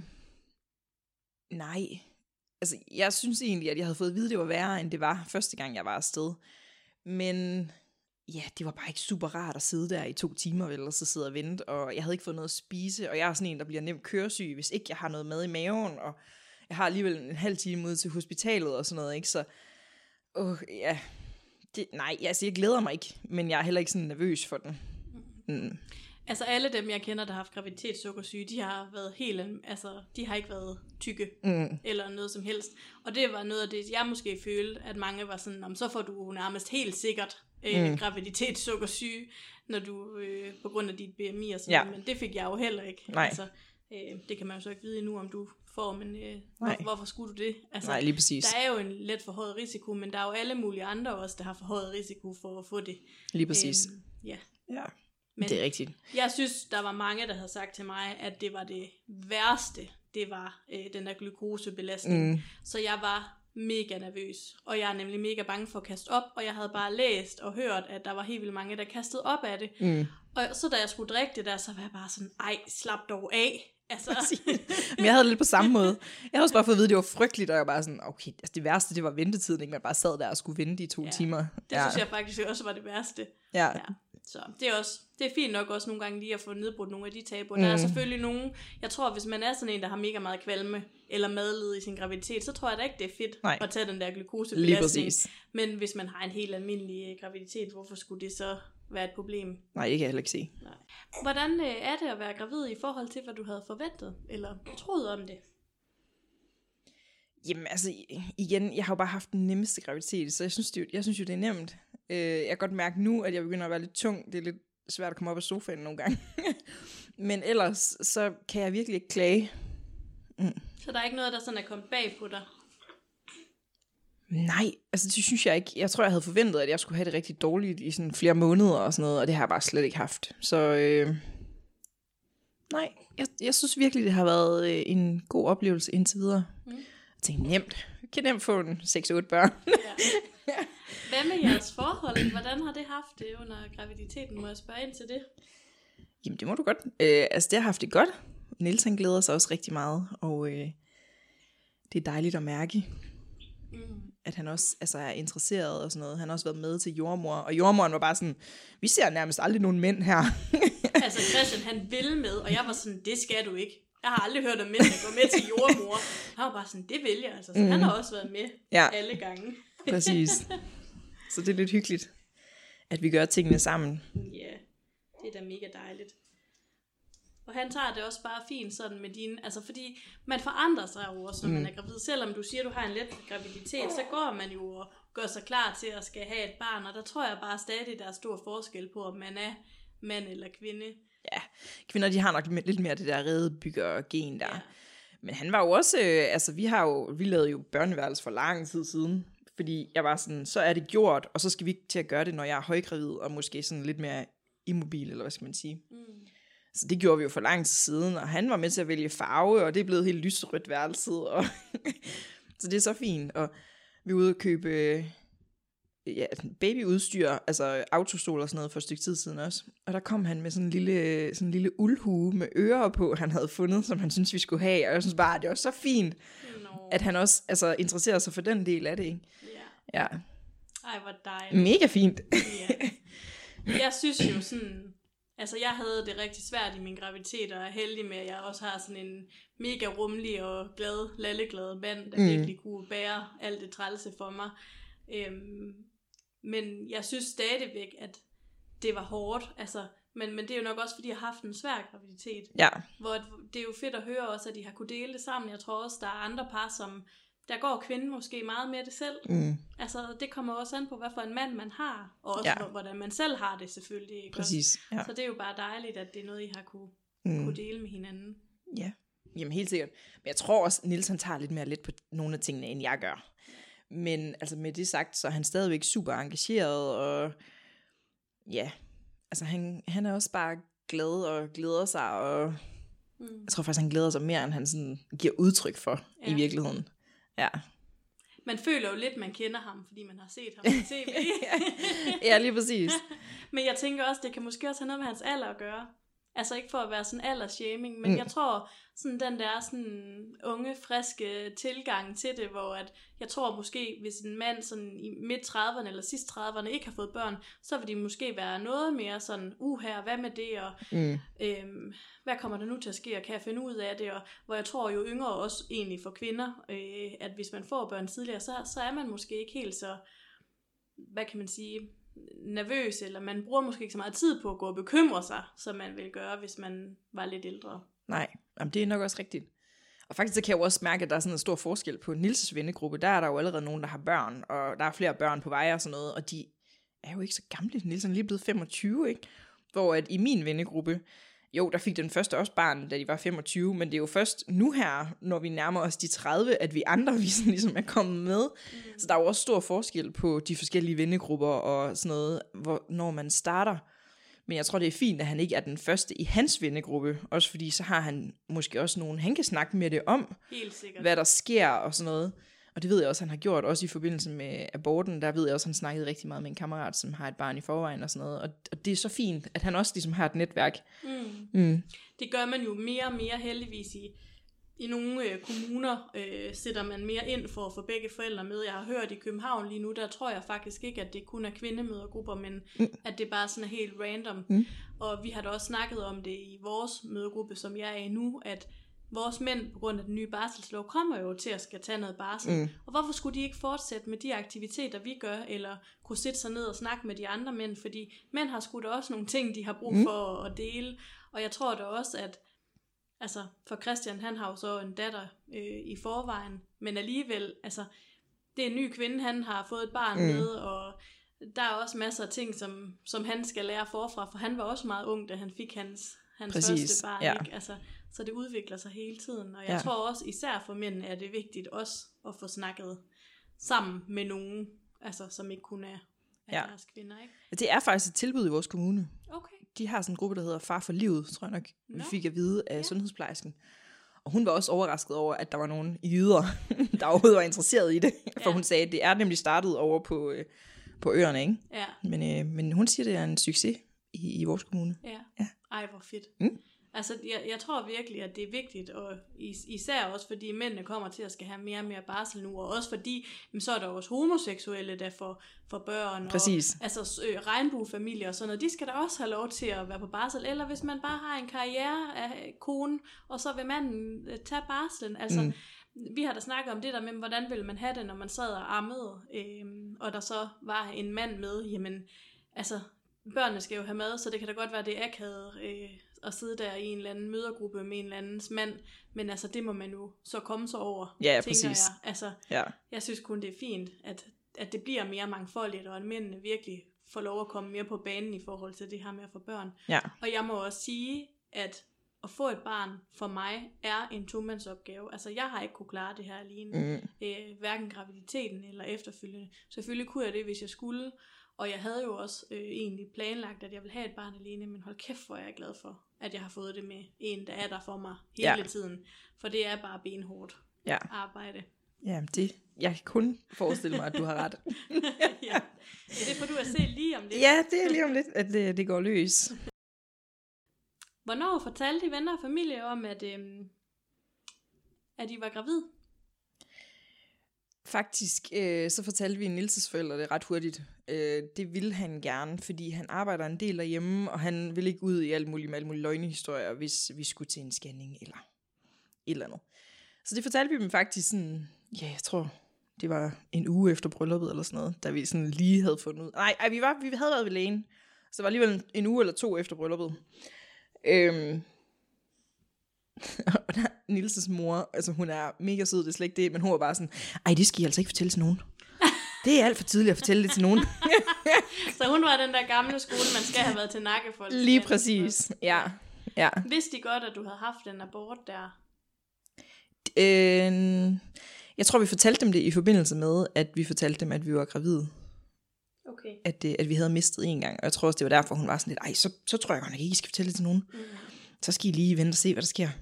nej. Altså, jeg synes egentlig, at jeg havde fået at vide, at det var værre, end det var første gang, jeg var afsted. Men ja, det var bare ikke super rart at sidde der i to timer, vel, og så sidde og vente, og jeg havde ikke fået noget at spise, og jeg er sådan en, der bliver nemt køresyg, hvis ikke jeg har noget mad i maven, og jeg har alligevel en halv time ude til hospitalet og sådan noget, ikke? Så, åh, ja, det, nej, altså, jeg glæder mig ikke, men jeg er heller ikke sådan nervøs for den. Mm.
Altså alle dem, jeg kender, der har haft graviditetssukkersyge, de har været helt, altså de har ikke været tykke,
Mm.
eller noget som helst. Og det var noget af det, jeg måske følte, at mange var sådan, om så får du nærmest helt sikkert øh,
Mm.
graviditetssukkersyge, når du, øh, på grund af dit B M I og sådan
Ja.
noget, men det fik jeg jo heller ikke.
Nej.
Altså, øh, det kan man jo så ikke vide endnu, om du får, men øh,
Nej.
hvor, hvorfor skulle du det? Altså,
Nej, lige præcis.
der er jo en let forhøjet risiko, men der er jo alle mulige andre også, der har forhøjet risiko for at få det.
Lige præcis.
Øhm, ja.
Ja,
Men
det er rigtigt.
jeg synes, der var mange, der havde sagt til mig, at det var det værste, det var øh, den der glukosebelastning.
Mm.
Så jeg var mega nervøs, og jeg er nemlig mega bange for at kaste op, og jeg havde bare læst og hørt, at der var helt vildt mange, der kastede op af det.
Mm.
Og så da jeg skulle drikke det der, så var jeg bare sådan, ej, slap dog af. Altså,
Men jeg havde det lidt på samme måde. Jeg havde også bare fået at vide, at det var frygteligt, og jeg var bare sådan, okay, altså det værste, det var ventetiden, ikke? Man bare sad der og skulle vente i to
Ja,
timer.
det
Ja.
synes jeg faktisk også var det værste.
Ja.
Ja. Så det er også, det er fint nok også nogle gange lige at få nedbrudt nogle af de tabuer. Mm. Der er selvfølgelig nogen, jeg tror, hvis man er sådan en, der har mega meget kvalme eller madlede i sin graviditet, så tror jeg da ikke, det er fedt
Nej.
at tage den der
Lige
glukosebelastning.
præcis.
Men hvis man har en helt almindelig øh, graviditet, hvorfor skulle det så være et problem?
Nej, det kan jeg heller ikke se.
Nej. Hvordan øh, er det at være gravid i forhold til, hvad du havde forventet eller troet om det?
Jamen altså, igen, jeg har jo bare haft den nemmeste graviditet, så jeg synes, det, jeg synes jo, det er nemt. Øh, jeg kan godt mærke nu, at jeg begynder at være lidt tung. Det er lidt svært at komme op af sofaen nogle gange. Men ellers, så kan jeg virkelig ikke klage. Mm.
Så der er ikke noget, der sådan er kommet bag på dig?
Nej, altså det synes jeg ikke. Jeg tror, jeg havde forventet, at jeg skulle have det rigtig dårligt i sådan flere måneder og sådan noget, og det har jeg bare slet ikke haft. Så øh, nej, jeg, jeg synes virkelig, det har været øh, en god oplevelse indtil videre. Mm. Jeg tænkte, nemt. Jeg kan nemt få en seks otte børn.
Ja. Hvad med jeres forhold? Hvordan har det haft det under graviditeten? Må jeg spørge ind til det?
Jamen, det må du godt. Øh, altså, det har haft det godt. Niels, han glæder sig også rigtig meget, og øh, det er dejligt at mærke, mm. at han også altså, er interesseret og sådan noget. Han har også været med til jordmor, og jordmoren var bare sådan, vi ser nærmest aldrig nogen mænd her.
Altså, Christian, han ville med, og jeg var sådan, det skal du ikke. Jeg har aldrig hørt om mænd, der går med til jordmor. Han var bare sådan, det vil jeg altså. Så mm. han har også været med
ja.
alle gange.
Præcis. Så det er lidt hyggeligt, at vi gør tingene sammen.
Ja, det er da mega dejligt. Og han tager det også bare fint sådan med dine, altså fordi man forandrer sig jo også, når mm. man er gravid. Selvom du siger, at du har en let graviditet, så går man jo og gør sig klar til at skal have et barn. Og der tror jeg bare stadig, der er stor forskel på, om man er mand eller kvinde.
Ja, kvinder de har nok lidt mere det der redebygger-gen der. Ja. Men han var jo også, øh, altså vi har jo, vi lavede jo børneværelse for lang tid siden. Fordi jeg var sådan, så er det gjort, og så skal vi ikke til at gøre det, når jeg er højgravid, og måske sådan lidt mere immobil, eller hvad skal man sige. Mm. Så det gjorde vi jo for lang tid siden, og han var med til at vælge farve, og det er blevet helt lyserødt værelset, og så det er så fint. Og vi er ude at købe ja, babyudstyr, altså autostol og sådan noget for et stykke tid siden også. Og der kom han med sådan en lille, sådan en lille uldhue med ører på, han havde fundet, som han syntes, vi skulle have. Og jeg synes bare, det var så fint, no. at han også altså, interesserer sig for den del af det, ikke?
Ja.
Ja.
Ej, hvor dejligt.
Mega fint.
Ja. Jeg synes jo sådan, altså jeg havde det rigtig svært i min graviditet, og er heldig med, at jeg også har sådan en mega rummelig og glad, lalleglad mand, der mm. virkelig kunne bære alt det trælse for mig. Øhm, men jeg synes stadigvæk, at det var hårdt, altså, men, men det er jo nok også, fordi jeg har haft en svær graviditet.
Ja.
Hvor det er jo fedt at høre også, at de har kunne dele det sammen. Jeg tror også, der er andre par, som der går kvinden måske meget med det selv. Mm. Altså, det kommer også an på, hvad for en mand man har, og også ja. hvordan man selv har det selvfølgelig. Ikke?
Præcis, ja.
Så det er jo bare dejligt, at det er noget, I har kunne, mm. kunne dele med hinanden.
Ja, jamen helt sikkert. Men jeg tror også, Niels han tager lidt mere let på nogle af tingene, end jeg gør. Men altså med det sagt, så er han stadigvæk super engageret, og ja, altså han, han er også bare glad og glæder sig, og mm. jeg tror faktisk, han glæder sig mere, end han sådan giver udtryk for ja. i virkeligheden. Ja.
Man føler jo lidt, man kender ham, fordi man har set ham på tv.
Ja, lige præcis.
Men jeg tænker også, det kan måske også have noget med hans alder at gøre. Altså ikke for at være sådan aldersshaming, men mm. jeg tror, sådan den der sådan unge, friske tilgang til det, hvor at jeg tror måske, hvis en mand sådan i midt trediverne eller sidst trediverne ikke har fået børn, så vil de måske være noget mere sådan, uh her, hvad med det, og mm. øhm, hvad kommer der nu til at ske, og kan jeg finde ud af det, og hvor jeg tror jo yngre også egentlig for kvinder, øh, at hvis man får børn tidligere, så, så er man måske ikke helt så, hvad kan man sige, nervøs, eller man bruger måske ikke så meget tid på at gå og bekymre sig, som man ville gøre, hvis man var lidt ældre.
Nej, jamen det er nok også rigtigt. Og faktisk så kan jeg jo også mærke, at der er sådan en stor forskel på Nils' vennegruppe. Der er der jo allerede nogen, der har børn, og der er flere børn på vej og sådan noget, og de er jo ikke så gamle. Nils er lige blevet femogtyve, ikke? Hvor at i min vennegruppe, jo, der fik den første også barn, da de var femogtyve, men det er jo først nu her, når vi nærmer os de tredive, at vi andre vi sådan ligesom er kommet med. Mm. Så der er jo også stor forskel på de forskellige vennegrupper og sådan noget, hvor, når man starter. Men jeg tror, det er fint, at han ikke er den første i hans vennegruppe, også fordi så har han måske også nogen, han kan snakke med det om,
helt sikkert,
hvad der sker og sådan noget. Og det ved jeg også, han har gjort, også i forbindelse med aborten. Der ved jeg også, han snakkede rigtig meget med en kammerat, som har et barn i forvejen og sådan noget. Og, og det er så fint, at han også ligesom har et netværk.
Mm.
Mm.
Det gør man jo mere og mere heldigvis i, i nogle øh, kommuner, øh, sætter man mere ind for at få begge forældre med. Jeg har hørt i København lige nu, der tror jeg faktisk ikke, at det kun er kvindemødergrupper, men mm. at det bare sådan er helt random. Mm. Og vi har da også snakket om det i vores mødergruppe, som jeg er i nu, at vores mænd, på grund af den nye barselslov, kommer jo til at skal tage noget barsel. Mm. Og hvorfor skulle de ikke fortsætte med de aktiviteter, vi gør, eller kunne sætte sig ned og snakke med de andre mænd? Fordi mænd har sgu da også nogle ting, de har brug for mm. at dele. Og jeg tror da også, at altså, for Christian, han har jo så en datter øh, i forvejen, men alligevel, altså, det er en ny kvinde, han har fået et barn mm. med, og der er også masser af ting, som, som han skal lære forfra, for han var også meget ung, da han fik hans, hans første barn,
ja.
Ikke? Altså, så det udvikler sig hele tiden, og jeg ja. tror også, især for mænd er det vigtigt også at få snakket sammen med nogen, altså, som ikke kun er, er ja. deres kvinder, ikke?
Det er faktisk et tilbud i vores kommune.
Okay.
De har sådan en gruppe, der hedder Far for Livet, tror jeg nok. Vi
Nå.
fik at vide af ja. sundhedsplejersken. Og hun var også overrasket over, at der var nogen jyder, der overhovedet var interesseret i det. For ja. hun sagde, at det er nemlig startet over på, øh, på øerne, ikke?
Ja.
Men, øh, men hun siger, at det er en succes i, i vores kommune.
Ja.
ja.
Ej, hvor fedt.
Mm.
Altså, jeg, jeg tror virkelig, at det er vigtigt, og is, især også fordi mændene kommer til at skal have mere og mere barsel nu, og også fordi, jamen, så er der også homoseksuelle, der får, får børn,
Præcis.
og altså øh, regnbuefamilier og sådan noget, de skal da også have lov til at være på barsel, eller hvis man bare har en karriere af kone, og så vil manden øh, tage barslen, altså, mm. vi har da snakket om det der med, hvordan vil man have det, når man sad og ammede, øh, og der så var en mand med, jamen, altså, børnene skal jo have mad, så det kan da godt være, det er akavet øh, at sidde der i en eller anden mødergruppe med en eller andens mand, men altså det må man jo så komme så over,
ja,
tænker
præcis.
jeg. Altså,
ja.
jeg synes kun det er fint, at, at det bliver mere mangfoldigt, og at mændene virkelig får lov at komme mere på banen i forhold til det her med at få børn.
Ja.
Og jeg må også sige, at at få et barn for mig er en tomandsopgave. Altså jeg har ikke kunne klare det her alene, mm. øh, hverken graviditeten eller efterfølgende. Selvfølgelig kunne jeg det, hvis jeg skulle. Og jeg havde jo også øh, egentlig planlagt, at jeg ville have et barn alene, men hold kæft, hvor jeg er glad for, at jeg har fået det med en, der er der for mig hele ja. tiden. For det er bare benhårdt
ja.
arbejde.
Ja, det, jeg kan kun forestille mig, at du har ret.
ja. Det får du at se lige om lidt.
Ja, det er lige om lidt, at det, det går løs.
Hvornår fortalte de venner og familie om, at, øhm, at I var gravid?
Faktisk, øh, så fortalte vi Nils' forældre det ret hurtigt. Øh, det ville han gerne, fordi han arbejder en del derhjemme, og han ville ikke ud i alle mulige, alle mulige løgnehistorier, hvis vi skulle til en scanning eller et eller andet. Så det fortalte vi dem faktisk sådan, ja, jeg tror, det var en uge efter brylluppet eller sådan noget, da vi sådan lige havde fundet ud. Nej, ej, vi, var, vi havde været ved lægen, så det var alligevel en uge eller to efter brylluppet. Øhm, og der, Nils' mor, altså hun er mega sød, det er slet ikke det, men hun var bare sådan, ej, det skal I altså ikke fortælle til nogen. Det er alt for tidligt at fortælle det til nogen.
Så hun var den der gamle skole, man skal have været til nakkefolk.
Lige præcis, ja. ja.
Vidste de godt, at du havde haft en abort der?
Øh, jeg tror, vi fortalte dem det i forbindelse med, at vi fortalte dem, at vi var gravide.
Okay.
At, det, at vi havde mistet en gang, og jeg tror også, det var derfor, hun var sådan lidt, ej, så, så tror jeg godt nok ikke, I skal fortælle det til nogen. Mm. Så skal I lige vente og se, hvad der sker.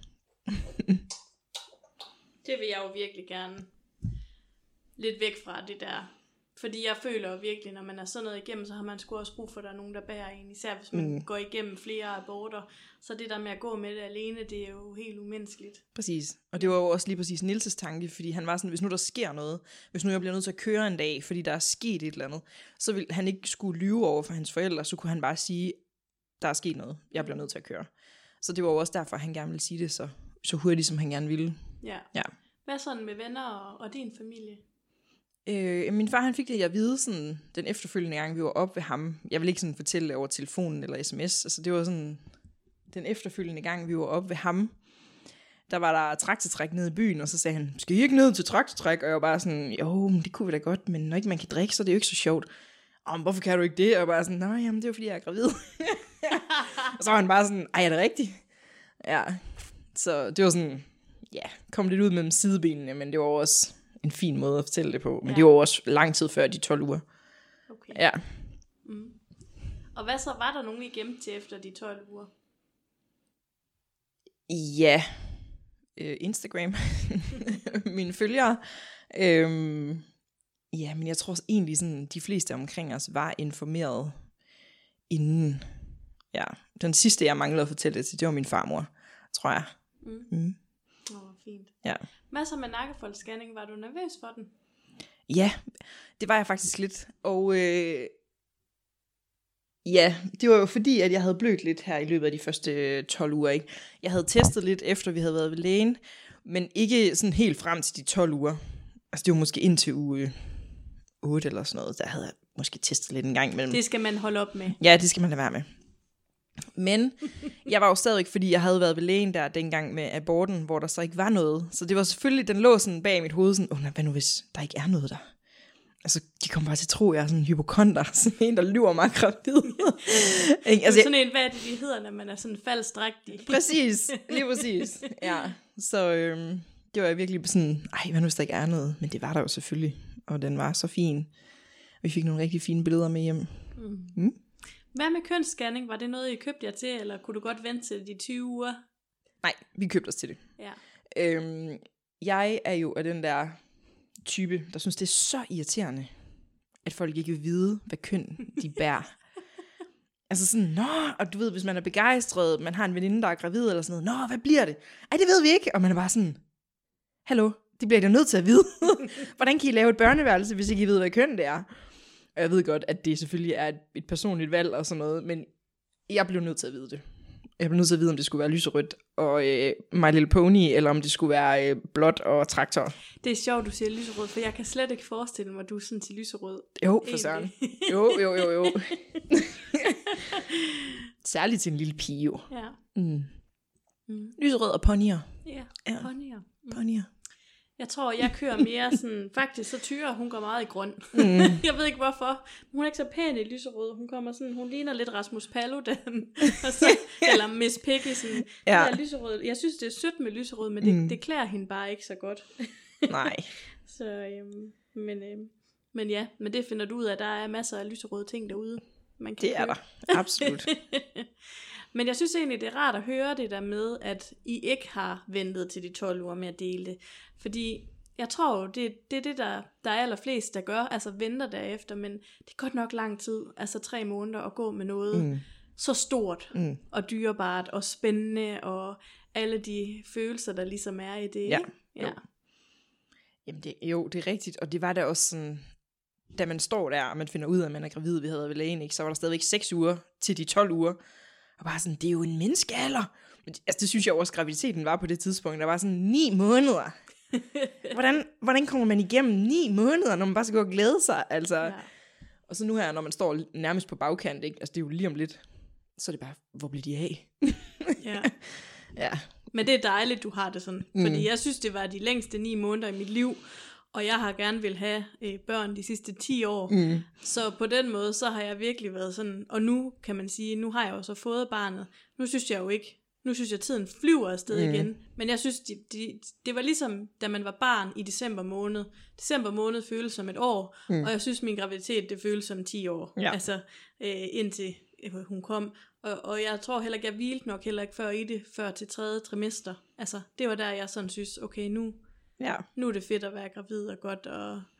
Det vil jeg jo virkelig gerne lidt væk fra det der Fordi jeg føler virkelig, når man er sådan noget igennem, så har man sgu også brug for, at der er nogen, der bærer en. Især hvis man mm. går igennem flere aborter. Så det der med at gå med det alene, det er jo helt umenneskeligt.
Præcis. Og det var jo også lige præcis Nielses tanke, fordi han var sådan, hvis nu der sker noget, hvis nu jeg bliver nødt til at køre en dag, fordi der er sket et eller andet, så vil han ikke skulle lyve over for hans forældre, så kunne han bare sige, der er sket noget, jeg bliver nødt til at køre. Så det var jo også derfor, han gerne ville sige det så, så hurtigt, som han gerne ville.
Ja.
ja.
Hvad sådan med venner og, og din familie?
Øh, min far han fik det jeg vide sådan, den efterfølgende gang vi var oppe ved ham. Jeg vil ikke sådan fortælle det over telefonen eller sms. Altså det var sådan den efterfølgende gang vi var oppe ved ham. Der var der traktortræk nede i byen, og så sagde han, skal I ikke ned til traktortræk? Og jeg var bare sådan, jo, men det kunne vi da godt, men når ikke man kan drikke, så er det jo ikke så sjovt. Og hvorfor kan du ikke det? Og jeg var bare sådan, nej, jamen det er fordi jeg er gravid. Og så var han bare sådan, ej er det rigtigt? Ja, så det var sådan, ja, kom lidt ud mellem sidebenene, men det var også en fin måde at fortælle det på. Men ja. Det var også lang tid før de tolv uger.
Okay.
Ja.
Mm. Og hvad så, var der nogen I gemte til efter de tolv uger?
Ja. Øh, Instagram. Mine følgere. Øhm, ja, men jeg tror også egentlig sådan, de fleste omkring os var informeret inden. Ja, den sidste jeg manglede at fortælle det til, det var min farmor, tror jeg.
Mm.
Mm.
Åh, oh, fint.
Ja.
Hvad så med nakkefoldsscanning? Var du nervøs for den?
Ja, det var jeg faktisk lidt. Og øh, ja, det var jo fordi, at jeg havde blødt lidt her i løbet af de første tolv uger. Ikke? Jeg havde testet lidt, efter vi havde været ved lægen, men ikke sådan helt frem til de tolv uger. Altså det var måske indtil uge otte eller sådan noget, der havde jeg måske testet lidt en gang imellem.
Det skal man holde op med.
Ja, det skal man lade være med. Men jeg var jo stadig, fordi jeg havde været ved lægen der dengang med aborten, hvor der så ikke var noget. Så det var selvfølgelig, den lå sådan bag mit hoved, sådan, åh, hvad nu hvis der ikke er noget der? Altså, de kommer bare til at tro, at jeg er sådan en hypokonter, sådan en, der lyver mig gravid.
Altså, sådan en, hvad er det, de hedder, når man er sådan faldstrægtig?
Præcis, lige præcis. Ja, så øhm, det var jeg virkelig sådan, ej, hvad nu hvis der ikke er noget? Men det var der jo selvfølgelig, og den var så fin. Vi fik nogle rigtig fine billeder med hjem.
Mm.
Mm.
Hvad med kønsscanning? Var det noget, I købte jer til, eller kunne du godt vente til de tyve uger?
Nej, vi købte os til det.
Ja.
Øhm, jeg er jo af den der type, der synes, det er så irriterende, at folk ikke vil vide, hvad køn de bærer. Altså sådan, nå, og du ved, hvis man er begejstret, man har en veninde, der er gravid, eller sådan noget, nå, hvad bliver det? Ej, det ved vi ikke. Og man er bare sådan, hallo, det bliver I da nødt til at vide. Hvordan kan I lave et børneværelse, hvis ikke I ved, hvad køn det er? Og jeg ved godt, at det selvfølgelig er et, et personligt valg og sådan noget, men jeg blev nødt til at vide det. Jeg blev nødt til at vide, om det skulle være lyserødt og øh, My Little Pony, eller om det skulle være øh, blåt og traktor.
Det er sjovt, du siger lyserød, for jeg kan slet ikke forestille mig, at du er sådan til lyserød.
Jo, for søren. Jo, jo, jo, jo. Særligt til en lille pige, jo.
Ja.
Mm. Mm. Lyserød og ponyer.
Ja,
ja.
ponyer. Mm.
Ponyer.
Jeg tror, jeg kører mere sådan, faktisk så Tyre, hun går meget i grøn. Mm. Jeg ved ikke hvorfor. Hun er ikke så pæn i lyserød. Hun kommer sådan, hun ligner lidt Rasmus Paludan. Og så, eller Miss Piggy sådan. Ja. Det er lyserød. Jeg synes, det er sødt med lyserød, men det, mm. det klæder hende bare ikke så godt. Nej. så, øhm, men, øhm, men ja, men det finder du ud af, der er masser af lyserøde ting derude. Man kan
det er
købe.
Der, absolut.
Men jeg synes egentlig, det er rart at høre det der med, at I ikke har ventet til de tolv uger med at dele det. Fordi jeg tror jo, det, det er det, der, der er allerflest, der gør, altså venter derefter, men det er godt nok lang tid, altså tre måneder at gå med noget mm. så stort mm. og dyrebart og spændende og alle de følelser, der ligesom er i det.
Ja,
ja.
Jo. Jamen det, jo, det er rigtigt, og det var da også sådan, da man står der, og man finder ud af, at man er gravid, vi havde været ved lægen, ikke, så var der stadigvæk seks uger til de tolv uger. Og bare sådan, det er jo en menneskealder. Men, altså, det synes jeg også, graviditeten var på det tidspunkt. Der var sådan ni måneder. Hvordan, hvordan kommer man igennem ni måneder, når man bare skal gå og glæde sig? Altså. Ja. Og så nu her, når man står nærmest på bagkant, ikke? Altså det er jo lige om lidt, så er det bare, hvor bliver de af?
ja.
ja.
Men det er dejligt, du har det sådan. Mm. Fordi jeg synes, det var de længste ni måneder i mit liv. Og jeg har gerne vil have øh, børn de sidste ti år. Mm. Så på den måde, så har jeg virkelig været sådan, og nu kan man sige, nu har jeg jo så fået barnet. Nu synes jeg jo ikke, nu synes jeg, tiden flyver afsted mm. igen. Men jeg synes, de, de, det var ligesom, da man var barn i december måned. December måned føles som et år, mm. og jeg synes, min graviditet, det føles som ti år. Ja. Altså, øh, indtil øh, hun kom. Og, og jeg tror heller ikke, jeg hvilte nok heller ikke før i det, før til tredje trimester. Altså, det var der, jeg sådan synes, okay, nu... Ja. Nu er det fedt at være gravid og godt, og,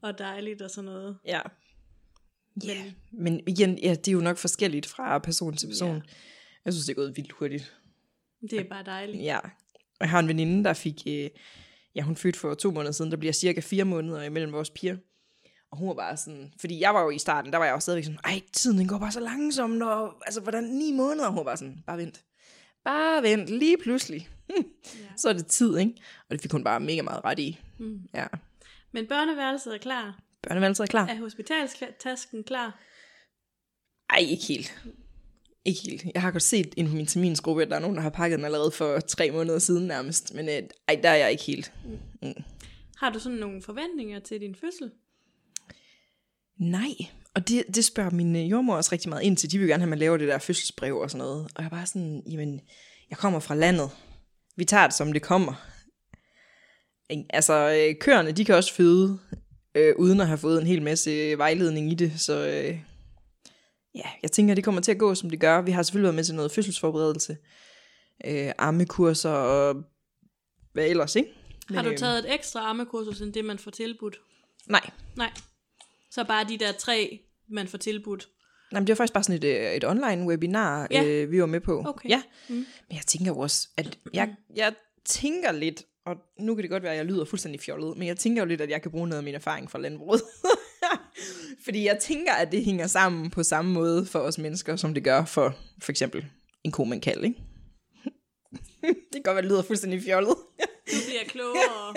og dejligt og sådan noget.
Ja. Ja, yeah. Men igen, ja, det er jo nok forskelligt fra person til person. Yeah. Jeg synes, det er gået vildt hurtigt.
Det er bare dejligt.
Ja, og jeg har en veninde, der fik, øh, ja, hun fødte for to måneder siden, der bliver cirka fire måneder imellem vores piger. Og hun var bare sådan, fordi jeg var jo i starten, der var jeg jo stadigvæk sådan, ej, tiden den går bare så langsomt, og altså, hvordan ni måneder? Og hun var bare sådan, bare vent. Bare vent, lige pludselig. Hm. Ja. Så er det tid, ikke? Og det fik hun bare mega meget ret i. Mm. Ja.
Men børneværelset er klar?
Børneværelset er klar.
Er hospitalstasken klar?
Ej, ikke helt. Ikke helt. Jeg har godt set inden på min terminsgruppe, at der er nogen, der har pakket den allerede for tre måneder siden nærmest. Men øh, ej, der er jeg ikke helt. Mm. Mm.
Har du sådan nogle forventninger til din fødsel?
Nej, og det, det spørger min jordmor også rigtig meget ind til. De vil gerne have, at man laver det der fødselsbrev og sådan noget. Og jeg er bare sådan, jamen, jeg kommer fra landet. Vi tager det, som det kommer. Altså, køerne, de kan også føde, øh, uden at have fået en hel masse vejledning i det. Så øh, ja, jeg tænker, det kommer til at gå, som det gør. Vi har selvfølgelig været med til noget fødselsforberedelse. Øh, ammekurser og hvad ellers, ikke? Men,
har du taget et ekstra ammekursus, end det, man får tilbudt?
Nej.
Nej. Så bare de der tre, man får tilbudt?
Nej, men det var faktisk bare sådan et, et online webinar,
ja.
øh, vi var med på.
Okay.
Ja.
Mm.
Men jeg tænker også, at jeg, jeg tænker lidt, og nu kan det godt være, at jeg lyder fuldstændig fjollet, men jeg tænker jo lidt, at jeg kan bruge noget af min erfaring fra landbruget. Fordi jeg tænker, at det hænger sammen på samme måde for os mennesker, som det gør for for eksempel en ko med en kalv, ikke? Det kan godt være, at det lyder fuldstændig fjollet.
Du bliver klogere.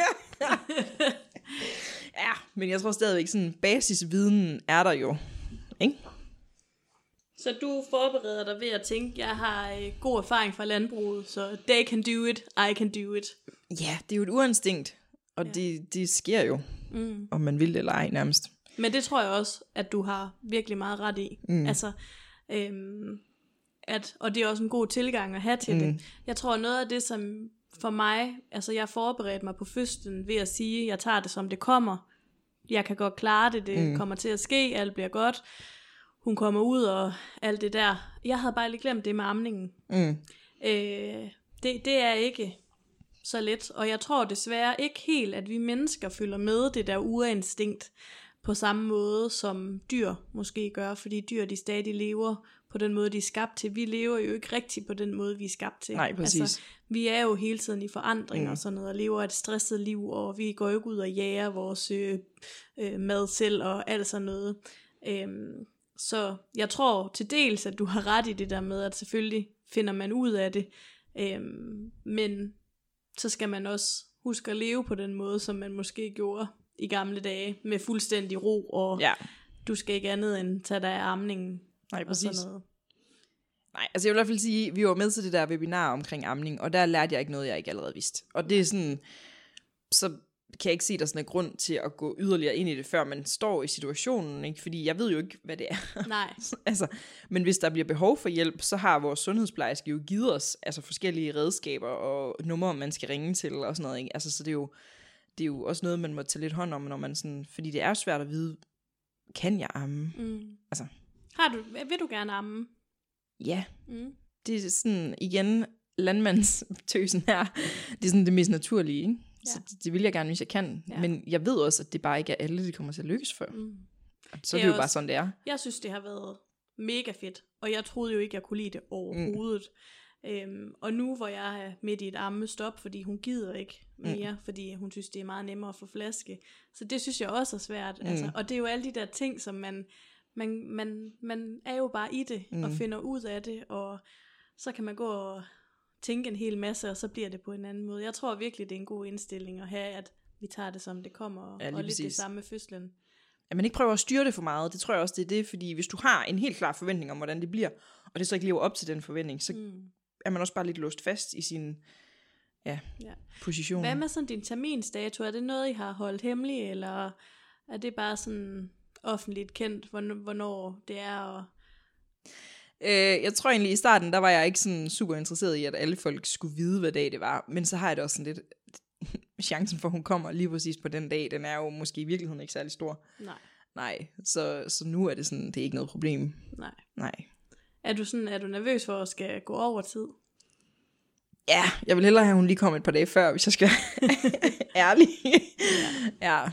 Ja, men jeg tror stadigvæk, sådan basisviden er der jo, ikke?
Så du forbereder dig ved at tænke, jeg har øh, god erfaring fra landbruget, så they can do it, I can do it.
Ja, det er jo et uinstinkt, og ja. det, det sker jo, mm. om man vil det eller ej nærmest.
Men det tror jeg også, at du har virkelig meget ret i. Mm. Altså, øhm, at, og det er også en god tilgang at have til mm. det. Jeg tror, noget af det, som for mig, altså jeg forberedte mig på fødslen ved at sige, at jeg tager det, som det kommer. Jeg kan godt klare det, det mm. kommer til at ske, alt bliver godt. Hun kommer ud og alt det der. Jeg havde bare lige glemt det med amningen. Mm. Øh, det, det er ikke så let. Og jeg tror desværre ikke helt, at vi mennesker følger med det der urinstinkt på samme måde, som dyr måske gør. Fordi dyr, de stadig lever på den måde, de er skabt til. Vi lever jo ikke rigtig på den måde, vi er skabt til.
Nej, præcis.
Altså, vi er jo hele tiden i forandring mm. og sådan noget, og lever et stresset liv, og vi går jo ikke ud og jager vores øh, øh, mad selv og alt sådan noget. Øhm, Så jeg tror til dels, at du har ret i det der med, at selvfølgelig finder man ud af det, øhm, men så skal man også huske at leve på den måde, som man måske gjorde i gamle dage, med fuldstændig ro, og ja. Du skal ikke andet end tage dig af amningen.
Nej, præcis.
Og sådan noget.
Nej, altså jeg vil i hvert fald sige, at vi var med til det der webinar omkring amning, og der lærte jeg ikke noget, jeg ikke allerede vidste. Og det er sådan, så kan jeg ikke se, der sådan en grund til at gå yderligere ind i det, før man står i situationen, ikke? Fordi jeg ved jo ikke, hvad det er.
Nej.
altså, men hvis der bliver behov for hjælp, så har vores sundhedsplejerske jo givet os altså forskellige redskaber og numre, man skal ringe til og sådan noget, ikke? Altså, så det er jo, det er jo også noget, man må tage lidt hånd om, når man sådan, fordi det er svært at vide, kan jeg amme? Mm. Altså.
Har du, vil du gerne amme?
Ja. Mm. Det er sådan, igen, landmandstøsen her, det er sådan det mest naturlige, ikke? Ja. Så det, det vil jeg gerne, hvis jeg kan. Ja. Men jeg ved også, at det bare ikke er alle, det kommer til at lykkes for. Mm. Og så det er det jo også, bare sådan, det er.
Jeg synes, det har været mega fedt. Og jeg troede jo ikke, jeg kunne lide det overhovedet. Mm. Øhm, og nu, hvor jeg er midt i et ammestop, fordi hun gider ikke mere, mm. fordi hun synes, det er meget nemmere at få flaske. Så det synes jeg også er svært. Mm. Altså, og det er jo alle de der ting, som man, man, man, man er jo bare i det, mm. og finder ud af det. Og så kan man gå og tænke en hel masse, og så bliver det på en anden måde. Jeg tror virkelig, det er en god indstilling at have, at vi tager det, som det kommer, og, ja, og lidt det samme med fødslen.
At man ikke prøver at styre det for meget, det tror jeg også, det er det, fordi hvis du har en helt klar forventning om, hvordan det bliver, og det så ikke lever op til den forventning, så mm. er man også bare lidt låst fast i sin ja, ja. position.
Hvad med sådan din terminsdato? Er det noget, I har holdt hemmeligt, eller er det bare sådan offentligt kendt, hvornår det er, og
Øh, jeg tror egentlig i starten, der var jeg ikke sådan super interesseret i, at alle folk skulle vide, hvad dag det var. Men så har jeg det også sådan lidt, chancen for, at hun kommer lige præcis på den dag, den er jo måske i virkeligheden ikke særlig stor.
Nej.
Nej, så, så nu er det sådan, det er ikke noget problem.
Nej.
Nej.
Er du sådan, er du nervøs for at skal gå over tid?
Ja, jeg vil hellere have, at hun lige kommer et par dage før, hvis jeg skal være ærlig. Ja. Ja.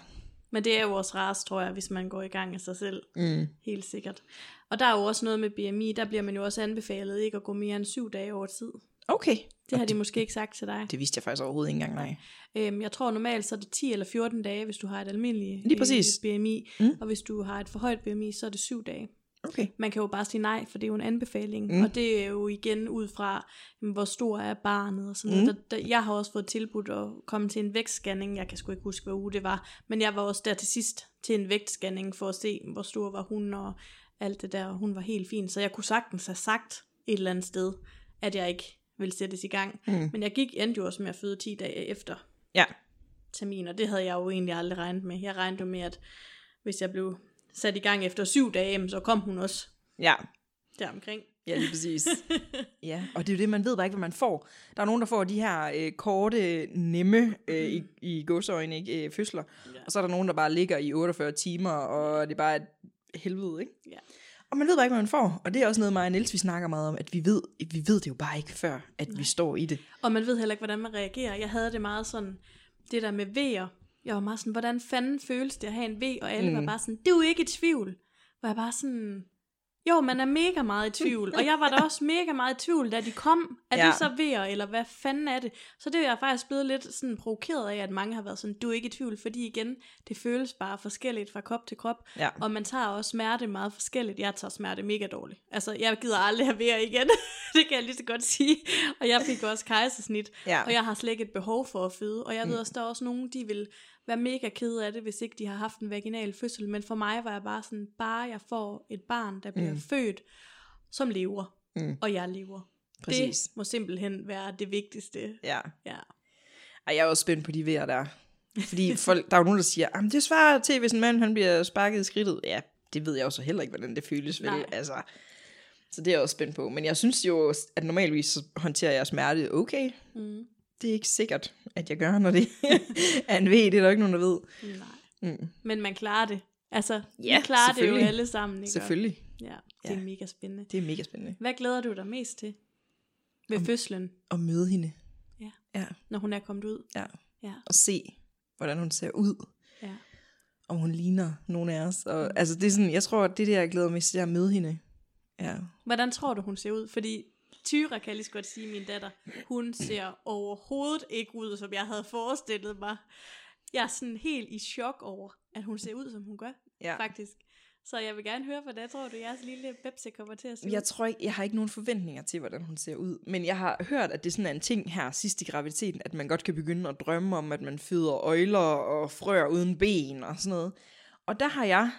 Men det er jo også rarest, tror jeg, hvis man går i gang af sig selv.
Mm.
Helt sikkert. Og der er jo også noget med B M I, der bliver man jo også anbefalet ikke at gå mere end syv dage over tid.
Okay.
Det har de måske ikke sagt til dig.
Det vidste jeg faktisk overhovedet ikke engang, nej.
Øhm, jeg tror normalt, så er det ti eller fjorten dage, hvis du har et almindeligt
Lige præcis.
B M I.
Mm.
Og hvis du har et for højt B M I, så er det syv dage.
Okay.
Man kan jo bare sige nej, for det er jo en anbefaling.
Mm.
Og det er jo igen ud fra, jamen, hvor stor er barnet og sådan noget.
Mm.
Der, der, jeg har også fået tilbudt at komme til en vægtscanning. Jeg kan sgu ikke huske, hvad uge det var. Men jeg var også der til sidst til en vægtscanning for at se, hvor stor var hun og alt det der. Og hun var helt fin. Så jeg kunne sagtens have sagt et eller andet sted, at jeg ikke ville sættes i gang.
Mm.
Men jeg gik endte jo også med at føde ti dage efter
Ja.
termin. Og det havde jeg jo egentlig aldrig regnet med. Jeg regnede jo med, at hvis jeg blev sat i gang efter syv dage, så kom hun også
Ja.
deromkring.
Ja, lige præcis. Ja, og det er jo det, man ved bare ikke, hvad man får. Der er nogen, der får de her øh, korte, nemme, øh, i, i godsøjne, ikke, øh, fødsler.
Ja.
Og så er der nogen, der bare ligger i otteogfyrre timer, og det er bare et helvede, ikke?
Ja.
Og man ved bare ikke, hvad man får. Og det er også noget, mig og Niels, vi snakker meget om, at vi ved, vi ved det jo bare ikke før, at Nej. vi står i det.
Og man ved heller ikke, hvordan man reagerer. Jeg havde det meget sådan, det der med vejer. Jeg var meget sådan, hvordan fanden føles det at have en V? Og alle mm. var bare sådan, det er jo ikke i tvivl. Hvor jeg bare sådan, jo, man er mega meget i tvivl. Og jeg var da også mega meget i tvivl, da de kom. Er ja. det så vejer, eller hvad fanden er det? Så det er jeg faktisk blevet lidt sådan provokeret af, at mange har været sådan, du er ikke i tvivl. Fordi igen, det føles bare forskelligt fra krop til krop.
Ja.
Og man tager også smerte meget forskelligt. Jeg tager smerte mega dårligt. Altså, jeg gider aldrig have vejer igen. Det kan jeg lige så godt sige. Og jeg fik også kejsersnit.
Ja.
Og jeg har slet ikke et behov for at føde. Og jeg ved også, der er også nogen, de vil være mega kede af det, hvis ikke de har haft en vaginal fødsel. Men for mig var jeg bare sådan, bare jeg får et barn, der bliver mm. født, som lever. Mm. Og jeg lever.
Præcis.
Det må simpelthen være det vigtigste.
Ja.
Ja.
Ej, jeg er også spændt på de vejer der. Fordi folk, der er jo nogen, der siger, det er svært til, hvis en mand han bliver sparket i skridtet. Ja, det ved jeg også heller ikke, hvordan det føles. Vel? Altså, så det er jeg også spændt på. Men jeg synes jo, at normalvis så håndterer jeg smerte okay. Mm. Det er ikke sikkert, at jeg gør, når det er en V. Det er der ikke nogen, der ved.
Nej. Mm. Men man klarer det. Altså,
ja,
vi klarer det jo alle sammen. Ikke?
Selvfølgelig.
Ja, det er ja. mega spændende.
Det er mega spændende.
Hvad glæder du dig mest til ved Om, fødslen?
At møde hende.
Ja.
Ja.
Når hun er kommet ud.
Ja.
Ja.
Og se, hvordan hun ser ud.
Ja.
Om hun ligner nogen af os. Og, mm. Altså, det er sådan, jeg tror, at det der, jeg glæder mig til, at møde hende. Ja.
Hvordan tror du, hun ser ud? Fordi Tyra, kan jeg lige så godt sige, min datter, hun ser overhovedet ikke ud, som jeg havde forestillet mig. Jeg er sådan helt i chok over, at hun ser ud, som hun gør, ja. faktisk. Så jeg vil gerne høre, hvordan tror du, jeres lille bebse kommer til at se ud?
Jeg tror ikke, jeg har ikke nogen forventninger til, hvordan hun ser ud. Men jeg har hørt, at det er sådan en ting her sidst i graviditeten, at man godt kan begynde at drømme om, at man føder øjler og frøer uden ben og sådan noget. Og der har jeg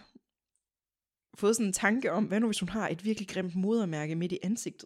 fået sådan en tanke om, hvad nu hvis hun har et virkelig grimt modermærke midt i ansigtet?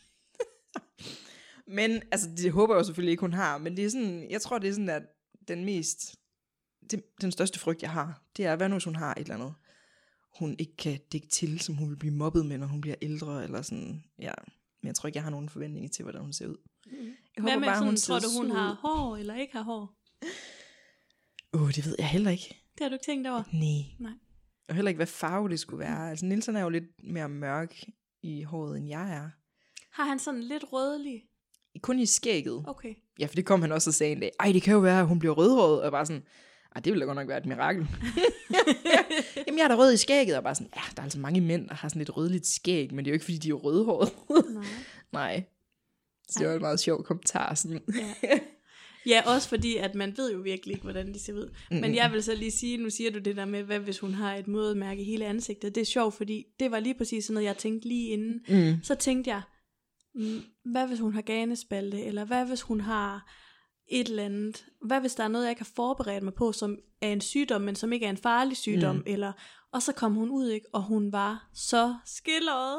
Men, altså det håber jeg jo selvfølgelig ikke, hun har, men det er sådan, jeg tror det er sådan, at den mest, det, den største frygt jeg har, det er, hvad nu hvis hun har et eller andet, hun ikke kan dække til, som hun vil blive mobbet med, når hun bliver ældre, eller sådan, ja. Men jeg tror ikke, jeg har nogen forventninger til, hvordan hun ser ud.
Mm. Jeg hvad med bare, sådan, hun tror du, hun har hår, eller ikke har hår?
Åh, oh, det ved jeg heller ikke.
Det har du ikke tænkt over?
Nej.
Nej.
Og heller ikke, hvad farve det skulle være. Altså, Nielsen er jo lidt mere mørk i håret, end jeg er.
Har han sådan lidt rødlig?
Kun i skægget.
Okay.
Ja, for det kom han også og sagde en dag. Ej, det kan jo være, at hun bliver rødhåret. Og bare sådan, ej, det ville da godt nok være et mirakel. Jamen, jeg er da rød i skægget. Og bare sådan, ja, der er altså mange mænd, der har sådan lidt rødligt skæg. Men det er jo ikke, fordi de er rødhåret.
Nej.
Nej. Så det var en meget sjov kommentar. Sådan.
Ja. Ja, også fordi, at man ved jo virkelig ikke, hvordan de ser ud. Mm. Men jeg vil så lige sige, nu siger du det der med, hvad hvis hun har et modermærke i hele ansigtet. Det er sjovt, fordi det var lige præcis sådan noget, jeg tænkte lige inden. Mm. Så tænkte jeg, hvad hvis hun har ganespalte, eller hvad hvis hun har et eller andet, hvad hvis der er noget, jeg ikke har forberedt mig på, som er en sygdom, men som ikke er en farlig sygdom, mm. eller, og så kom hun ud, ikke, og hun var så skilleret.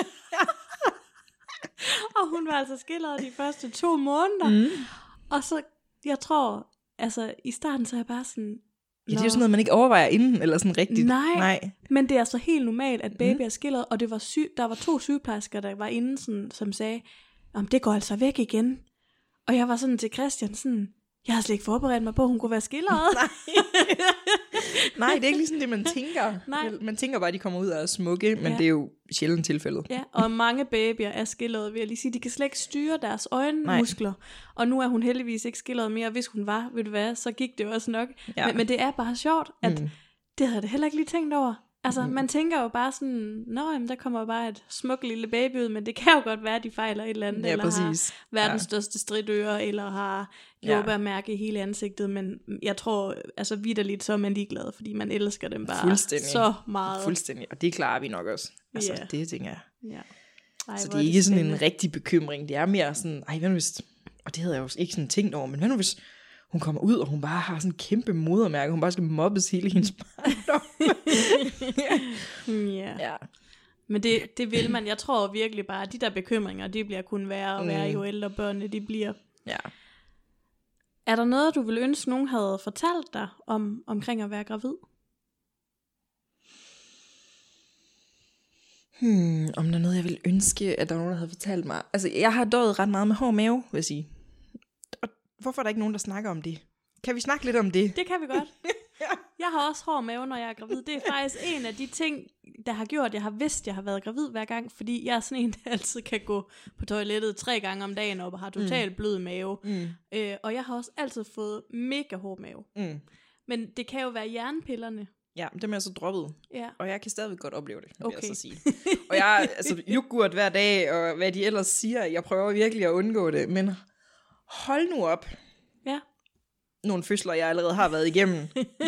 Og hun var altså skilleret de første to måneder. Mm. Og så, jeg tror, altså i starten så er jeg bare sådan,
ja, det er jo sådan noget, man ikke overvejer inden, eller sådan rigtigt.
Nej,
Nej.
Men det er altså helt normalt, at baby mm. er skilleret, og det var syg, der var to sygeplejersker, der var inde, sådan, som sagde, om det går altså væk igen. Og jeg var sådan til Christian sådan, jeg har slet ikke forberedt mig på, at hun kunne være skilleret.
Nej, det er ikke ligesom det, man tænker.
Nej.
Man tænker bare, at de kommer ud og er smukke, men
Ja.
det er jo sjældent tilfældet.
Ja, og mange babyer er skillede, vil jeg lige sige. De kan slet ikke styre deres øjenmuskler. Og nu er hun heldigvis ikke skillede mere. Hvis hun var, ved du hvad, så gik det jo også nok.
Ja.
Men, men det er bare sjovt, at
Mm.
det havde jeg da heller ikke lige tænkt over. Altså,
Mm.
man tænker jo bare sådan, nå, jamen, der kommer jo bare et smukt lille baby ud, men det kan jo godt være, at de fejler et eller andet,
Ja,
eller
præcis.
har verdens ja. største stridører, eller har jordbærmærke i hele ansigtet, men jeg tror, altså vitterligt, så er man ligeglad, fordi man elsker dem bare så meget.
Fuldstændig, og det klarer vi nok også. Altså,
Ja.
det tænker jeg.
Ja. Ej,
Så
hvor
det er ikke sådan
spændende.
en rigtig bekymring. Det er mere sådan, ej, hvad nu hvis, og det havde jeg jo ikke sådan tænkt over, men hvad nu hvis hun kommer ud, og hun bare har sådan en kæmpe modermærke, hun bare skal mobbes hele hendes barndom.
Ja.
Ja.
Men det, det vil man. Jeg tror virkelig bare, at de der bekymringer, de bliver kun værre og værre,
Mm.
jo ældre børnene de bliver.
Ja.
Er der noget, du ville ønske, nogen havde fortalt dig om, omkring at være gravid?
Hmm, om der er noget, jeg ville ønske, at der var nogen, der havde fortalt mig. Altså, jeg har døjet ret meget med hård mave, vil jeg sige. Og hvorfor er der ikke nogen, der snakker om det? Kan vi snakke lidt om det?
Det kan vi godt. Jeg har også hård mave, når jeg er gravid. Det er faktisk en af de ting, der har gjort, at jeg har vidst, at jeg har været gravid hver gang. Fordi jeg er sådan en, der altid kan gå på toilettet tre gange om dagen og har totalt blød mave.
Mm.
Øh, og jeg har også altid fået mega hård mave.
Mm.
Men det kan jo være jernpillerne.
Ja, dem er jeg så droppet.
Ja.
Og jeg kan stadigvæk godt opleve det, vil
Okay.
jeg så sige. Og jeg, altså, yoghurt hver dag, og hvad de ellers siger, jeg prøver virkelig at undgå det. Men hold nu op.
Ja.
Nogle fødsler, jeg allerede har været igennem.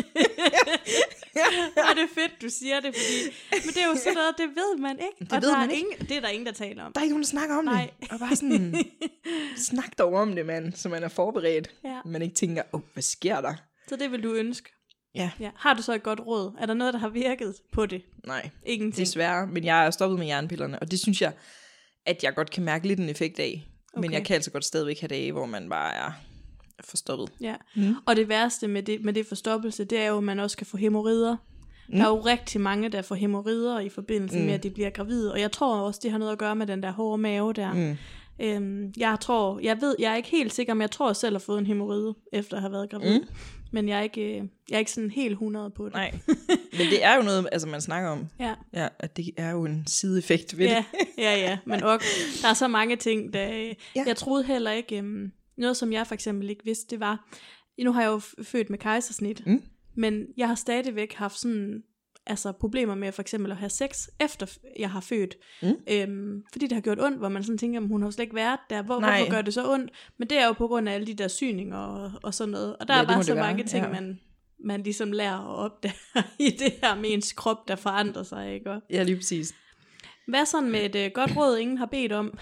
Og det er fedt, du siger det, fordi men det er jo sådan noget, det ved man ikke.
Det
og
ved
der
man
er
ikke.
Ingen, det er der ingen, der taler om.
Der er ikke nogen, der snakker om
Nej.
det. Og bare sådan, snak dog om det, mand, så man er forberedt.
Ja.
Man ikke tænker, åh, oh, hvad sker der?
Så det vil du ønske.
Ja.
Ja. Har du så et godt råd? Er der noget, der har virket på det?
Nej,
Ingenting.
desværre. Men jeg er stoppet med jernpillerne, og det synes jeg, at jeg godt kan mærke lidt en effekt af. Okay. Men
Okay.
jeg kan altså godt stadigvæk have dage, hvor man bare er forstoppet.
Ja.
Mm.
Og det værste med det, med det forstoppelse, det er jo, at man også kan få hæmorider. Mm. Der er jo rigtig mange, der får hæmorider i forbindelse mm. med, at de bliver gravide. Og jeg tror også, det har noget at gøre med den der hårde mave der.
Mm.
Øhm, jeg tror, jeg ved, jeg er ikke helt sikker, men jeg tror selv at have fået en hæmoride, efter at have været gravid. Mm. Men jeg er ikke, øh, jeg er ikke sådan helt hundrede på det.
Nej, men det er jo noget, altså man snakker om.
Ja.
Ja, at det er jo en sideeffekt ved
Ja,
det.
ja, ja. Men ok, der er så mange ting, der...
Ja.
Ja. Jeg troede heller ikke... Um, noget, som jeg for eksempel ikke vidste, det var... Nu har jeg jo f- født med kejsersnit,
Mm.
men jeg har stadigvæk haft sådan... Altså problemer med for eksempel at have sex, efter f- jeg har født.
Mm.
Øhm, fordi det har gjort ondt, hvor man sådan tænker, hun har jo slet ikke været der. Hvor,
Nej.
hvorfor gør det så ondt? Men det er jo på grund af alle de der syninger og, og sådan noget. Og der
Ja,
er
det må
bare
det
så
være,
mange ting,
ja.
man, man ligesom lærer at opdage i det her med ens krop, der forandrer sig, ikke? Og
Ja, lige præcis.
hvad sådan med et uh, godt råd, ingen har bedt om?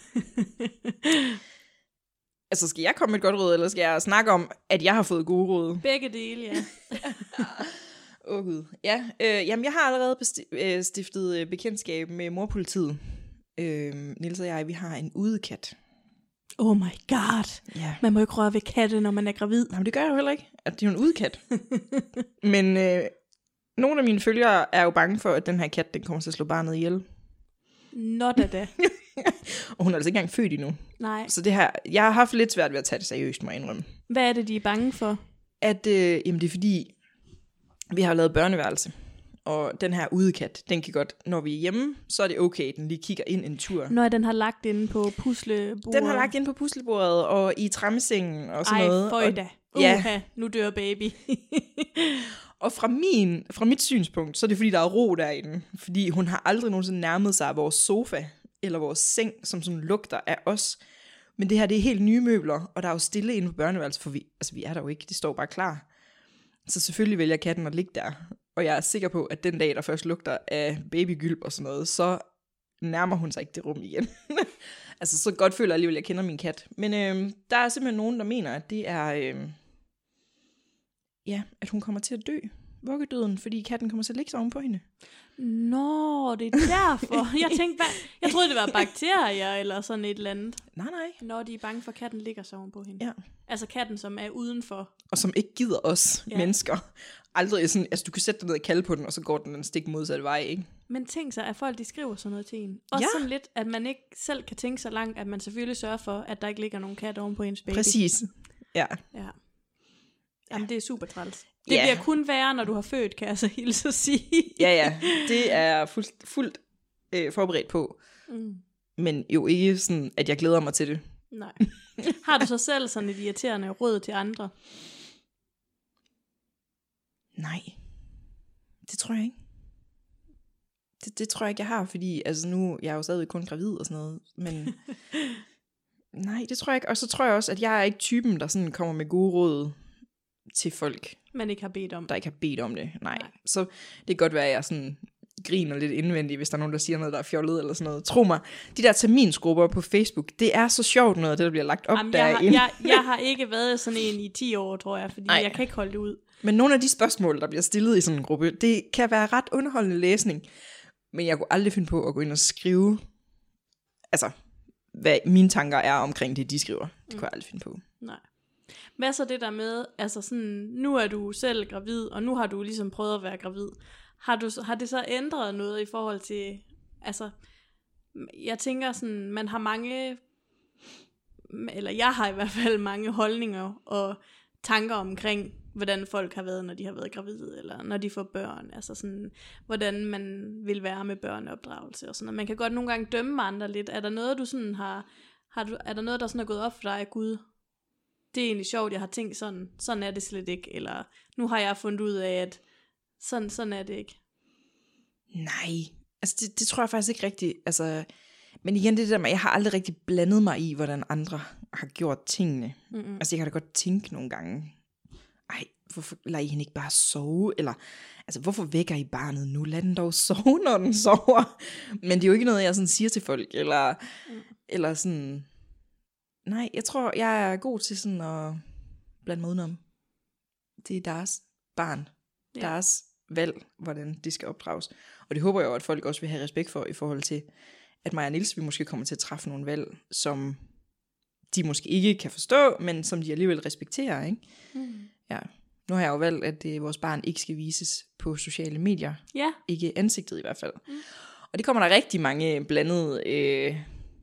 Altså, skal jeg komme med et godt råd, eller skal jeg snakke om, at jeg har fået gode råd?
Begge dele, ja.
Åh oh, gud. Ja, øh, jamen jeg har allerede besti- øh, stiftet øh, bekendtskab med morpolitiet. Øh, Niels og jeg, vi har en udekat.
Oh my god.
Ja.
Man må ikke røre ved katte, når man er gravid.
Nej, men det gør jeg jo heller ikke. At det er jo en udekat. Men øh, nogle af mine følgere er jo bange for, at den her kat, den kommer til at slå barnet ihjel.
Nå da da.
Og hun er altså ikke engang født endnu.
Nej.
Så det her, jeg har haft lidt svært ved at tage det seriøst, må jeg indrømme.
Hvad er det, de er bange for?
At, øh, jamen det er fordi, vi har lavet børneværelse. Og den her udekat, den kan godt, når vi er hjemme, så er det okay, den lige kigger ind en tur.
Når den har lagt inde på puslebordet.
Den har lagt ind på puslebordet og i tremmesengen og sådan
Ej,
noget.
føj
Og,
da.
ja.
Uha, nu dør baby.
og fra, min, fra mit synspunkt, så er det fordi, der er ro derinde. Fordi hun har aldrig nogensinde nærmet sig vores sofa eller vores seng, som sådan lugter af os. Men det her, det er helt nye møbler, og der er jo stille inde på børneværelset, for vi, altså, vi er der jo ikke, det står bare klar. Så selvfølgelig vælger katten at ligge der. Og jeg er sikker på, at den dag, der først lugter af babygylp og sådan noget, så nærmer hun sig ikke det rum igen. altså, så godt føler jeg alligevel, at jeg kender min kat. Men øh, der er simpelthen nogen, der mener, at det er, øh, ja, at hun kommer til at dø. Vuggedøden, fordi katten kommer til at ligge sig oven på hende.
Nå, det er derfor. Jeg tænkte, hvad? Jeg troede, det var bakterier eller sådan et eller andet.
Nej, nej.
Når de er bange for, at katten ligger sig oven på hende.
Ja.
Altså katten, som er udenfor.
Og som ikke gider os
Ja.
ja. mennesker. Aldrig sådan, altså du kan sætte dig ned og kalde på den, og så går den en stik modsatte vej, ikke?
Men tænk sig, at folk de skriver sådan noget til en. Også
Ja.
sådan lidt, at man ikke selv kan tænke så langt, at man selvfølgelig sørger for, at der ikke ligger nogen kat oven på ens baby.
Præcis. Ja.
Ja. Jamen, det er super træls. Det
Ja.
bliver kun værre, når du har født, kan jeg så hilse at sige.
Ja, ja, det er jeg fuldt, fuldt øh, forberedt på.
Mm.
Men jo ikke sådan, at jeg glæder mig til det.
Nej. Har du så selv sådan et irriterende råd til andre?
Nej, det tror jeg ikke. Det, det tror jeg ikke, jeg har, fordi altså nu, jeg er jo stadig kun gravid og sådan noget, men nej, det tror jeg ikke. Og så tror jeg også, at jeg er ikke typen, der sådan kommer med gode råd til folk,
Man ikke har bedt om.
der ikke har bedt om det. Nej,
Nej.
så det kan godt være, at jeg sådan griner lidt indvendigt, hvis der er nogen, der siger noget, der er fjollet eller sådan noget. Tro mig, de der terminsgrupper på Facebook, det er så sjovt noget, det der bliver lagt op
Jamen, jeg, har,
derinde.
jeg, jeg har ikke været sådan en i ti år, tror jeg, fordi
Ej.
jeg kan ikke holde det ud.
Men nogle af de spørgsmål, der bliver stillet i sådan en gruppe, det kan være ret underholdende læsning. Men jeg kunne aldrig finde på at gå ind og skrive, altså, hvad mine tanker er omkring det, de skriver. Det kunne jeg aldrig finde på.
Nej. Hvad så det der med, altså sådan, nu er du selv gravid, og nu har du ligesom prøvet at være gravid. Har, du, har det så ændret noget i forhold til, altså, jeg tænker sådan, man har mange, eller jeg har i hvert fald mange holdninger og tanker omkring, hvordan folk har været, når de har været gravide, eller når de får børn, altså sådan, hvordan man vil være med børneopdragelse og sådan noget. Man kan godt nogle gange dømme andre lidt. Er der noget, du sådan har, har du, er der noget, der sådan er gået op for dig, Gud, det er egentlig sjovt, jeg har tænkt sådan, sådan er det slet ikke, eller nu har jeg fundet ud af, at sådan, sådan er det ikke.
Nej, altså det, det tror jeg faktisk ikke rigtigt. Altså, men igen, det der med, jeg har aldrig rigtig blandet mig i, hvordan andre har gjort tingene.
Mm-mm.
Altså jeg kan da godt tænke nogle gange, ej, hvorfor lader I hende ikke bare sove? Eller, altså hvorfor vækker I barnet nu? Lad den dog sove, når den sover. Men det er jo ikke noget, jeg sådan siger til folk, eller, mm. eller sådan, nej, jeg tror, jeg er god til sådan at blande mig udenom. Det er deres barn,
Ja.
deres valg, hvordan det skal opdrages. Og det håber jeg jo, at folk også vil have respekt for, i forhold til, at mig og Niels, vi måske kommer til at træffe nogle valg, som de måske ikke kan forstå, men som de alligevel respekterer, ikke?
Mm.
Ja. Nu har jeg jo valgt, at øh, vores barn ikke skal vises på sociale medier.
Ja.
Ikke ansigtet i hvert fald.
Mm.
Og det kommer der rigtig mange blandede øh,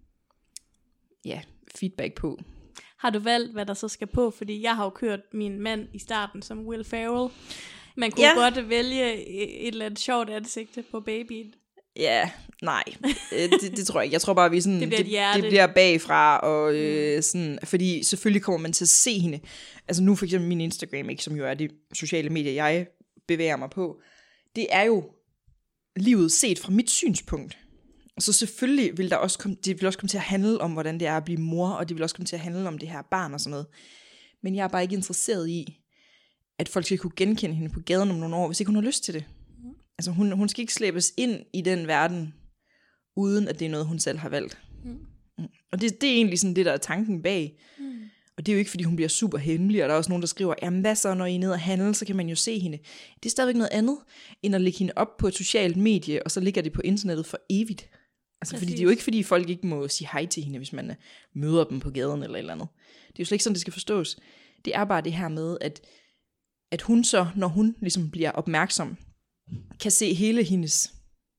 ja, feedback på.
Har du valgt, hvad der så skal på? Fordi jeg har jo kørt min mand i starten som Will Ferrell. Man kunne
Ja.
godt vælge et eller andet sjovt ansigt på babyen.
Ja, nej, øh, det, det tror jeg ikke. Jeg tror bare, vi sådan,
Det bliver et
det,
hjerte.
det bliver bagfra, og øh, sådan, fordi selvfølgelig kommer man til at se hende. Altså nu for eksempel min Instagram, ikke, som jo er det sociale medier, jeg bevæger mig på, det er jo livet set fra mit synspunkt. Så selvfølgelig vil der også komme, det vil også komme til at handle om, hvordan det er at blive mor, og det vil også komme til at handle om det her barn og sådan noget. Men jeg er bare ikke interesseret i, at folk skal kunne genkende hende på gaden om nogle år, hvis ikke hun har lyst til det. Altså hun, hun skal ikke slæbes ind i den verden, uden at det er noget, hun selv har valgt.
Mm.
Mm. Og det, det er egentlig sådan det, der er tanken bag.
Mm.
Og det er jo ikke, fordi hun bliver super hemmelig, og der er også nogen, der skriver, jamen hvad så, når I er nede og handle, så kan man jo se hende. Det er stadigvæk noget andet, end at lægge hende op på et socialt medie, og så ligger det på internettet for evigt. Altså
Præcis.
fordi det er jo ikke, fordi folk ikke må sige hej til hende, hvis man møder dem på gaden eller et eller andet. Det er jo slet ikke sådan, det skal forstås. Det er bare det her med, at, at hun så, når hun ligesom bliver opmærksom, kan se hele hendes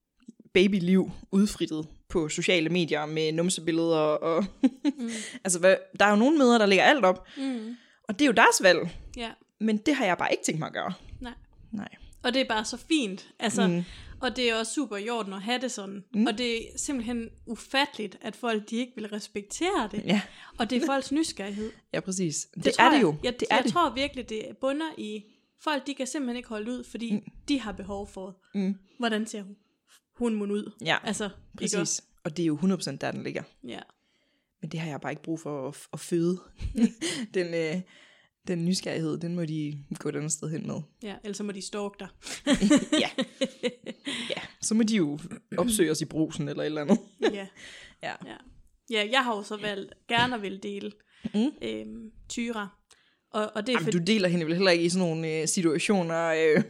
babyliv udfrittet på sociale medier med numsebilleder og
Mm.
altså hvad, der er jo nogle mødre, der lægger alt op,
Mm.
og det er jo deres valg,
Ja.
men det har jeg bare ikke tænkt mig at gøre.
Nej.
Nej.
Og det er bare så fint. Altså,
Mm.
og det er også super i orden at have det sådan.
Mm.
Og det er simpelthen ufatteligt, at folk de ikke vil respektere det.
Ja,
Og det er folks nysgerrighed.
ja præcis. Det,
Det
det
tror
er det
jeg.
jo.
Jeg,
det er
jeg
det.
tror virkelig, det bunder i, folk de kan simpelthen ikke holde ud, fordi
Mm.
de har behov for,
Mm.
hvordan ser hun, hun mun ud.
Ja,
Altså, ikke også?
præcis. Og det er jo hundrede procent der, den ligger.
Ja.
Men det har jeg bare ikke brug for at, at føde. den, øh, den nysgerrighed, den må de gå et andet sted hen med.
Ja, ellers så må de stalke dig.
ja. ja, så må de jo opsøge os i brusen eller et eller andet.
Ja.
Ja.
Ja. Ja, jeg har jo så valgt gerne at vil dele
Mm.
øhm, Tyra. Og, og det er
Jamen,
fordi,
du deler hende vel heller ikke i sådan nogle øh, situationer øh,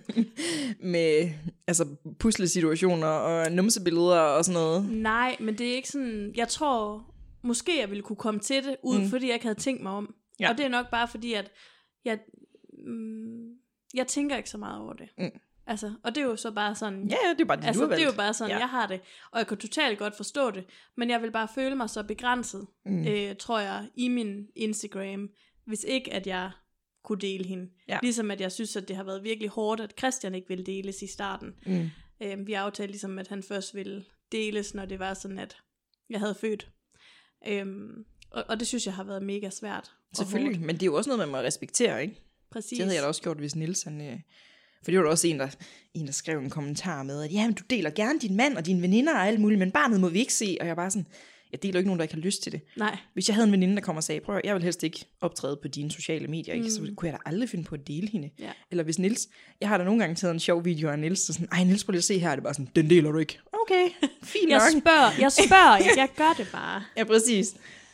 med altså puslesituationer og numsebilleder og sådan noget.
nej, men det er ikke sådan, jeg tror, måske jeg ville kunne komme til det, ud
Mm.
fordi jeg ikke havde tænkt mig om.
Ja.
Og det er nok bare fordi, at jeg, mm, jeg tænker ikke så meget over det.
Mm.
Altså, og det er jo så bare sådan,
Ja, ja, det er bare det,
altså,
du har
det er
valgt.
jo bare sådan,
Ja.
ja. jeg har det. Og jeg kan totalt godt forstå det, men jeg vil bare føle mig så begrænset,
Mm.
øh, tror jeg, i min Instagram, hvis ikke at jeg kunne dele hende.
Ja.
Ligesom at jeg synes, at det har været virkelig hårdt, at Christian ikke ville deles i starten.
Mm.
Øhm, vi aftalte ligesom, at han først ville deles, når det var sådan, at jeg havde født. Øhm, og, og det synes jeg har været mega svært.
Selvfølgelig, men det er jo også noget, man må respektere, ikke?
Præcis.
Det havde jeg da også gjort, hvis Niels han... Øh... For det var der også en der, en, der skrev en kommentar med, at jamen, du deler gerne din mand og dine veninder og alt muligt, men barnet må vi ikke se. Og jeg bare sådan, jeg deler ikke nogen, der ikke har lyst til det.
Nej.
Hvis jeg havde en veninde, der kom og sagde, prøv jeg vil helst ikke optræde på dine sociale medier, ikke?
Mm.
Så kunne jeg da aldrig finde på at dele hende.
Ja.
Eller hvis Niels, jeg har da nogle gange taget en sjov video af Niels, så sådan, ej Niels, prøv lige at se her, det er bare sådan, den deler du ikke. Okay, fint
Jeg
nok.
spørger, jeg spørger ikke, jeg gør det bare.
Ja, præcis.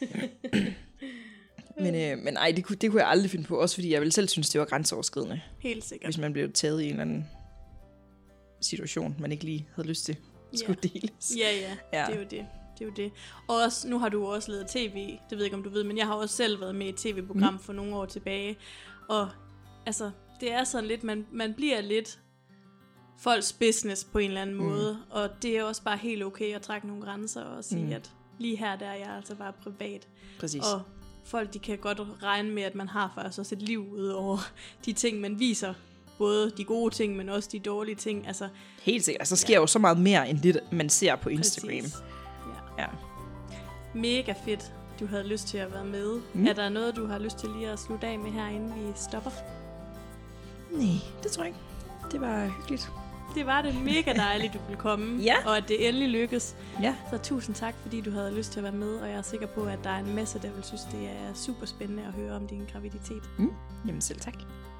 men, øh, men ej, det kunne, det kunne jeg aldrig finde på, også fordi jeg ville selv synes, det var grænseoverskridende.
Helt sikkert.
Hvis man blev taget i en eller anden situation, man ikke lige havde lyst til at skulle
Ja.
deles.
Ja, ja,
Ja.
det er jo det. Det er jo det. Og også, nu har du også lavet tv, det ved jeg ikke, om du ved, men jeg har også selv været med i et tv-program mm. for nogle år tilbage. Og altså, det er sådan lidt, man, man bliver lidt folks business på en eller anden mm. måde. Og det er også bare helt okay at trække nogle grænser og sige, mm. at lige her der er jeg altså bare privat.
Præcis.
Og folk, de kan godt regne med, at man har faktisk også et liv ud over de ting, man viser. Både de gode ting, men også de dårlige ting. Altså,
helt sikkert. Altså, der sker ja. jo så meget mere, end det, man ser på Instagram.
Præcis. Ja.
Ja.
Mega fedt, du havde lyst til at være med. Mm. Er der noget, du har lyst til lige at slutte af med her, inden vi stopper?
Nej, det tror jeg ikke. Det var hyggeligt.
Det var det mega dejligt, du ville komme,
Ja.
og at det endelig lykkedes.
Ja.
Så tusind tak, fordi du havde lyst til at være med, og jeg er sikker på, at der er en masse, der vil synes, det er super spændende at høre om din graviditet.
Mm. Jamen selv tak.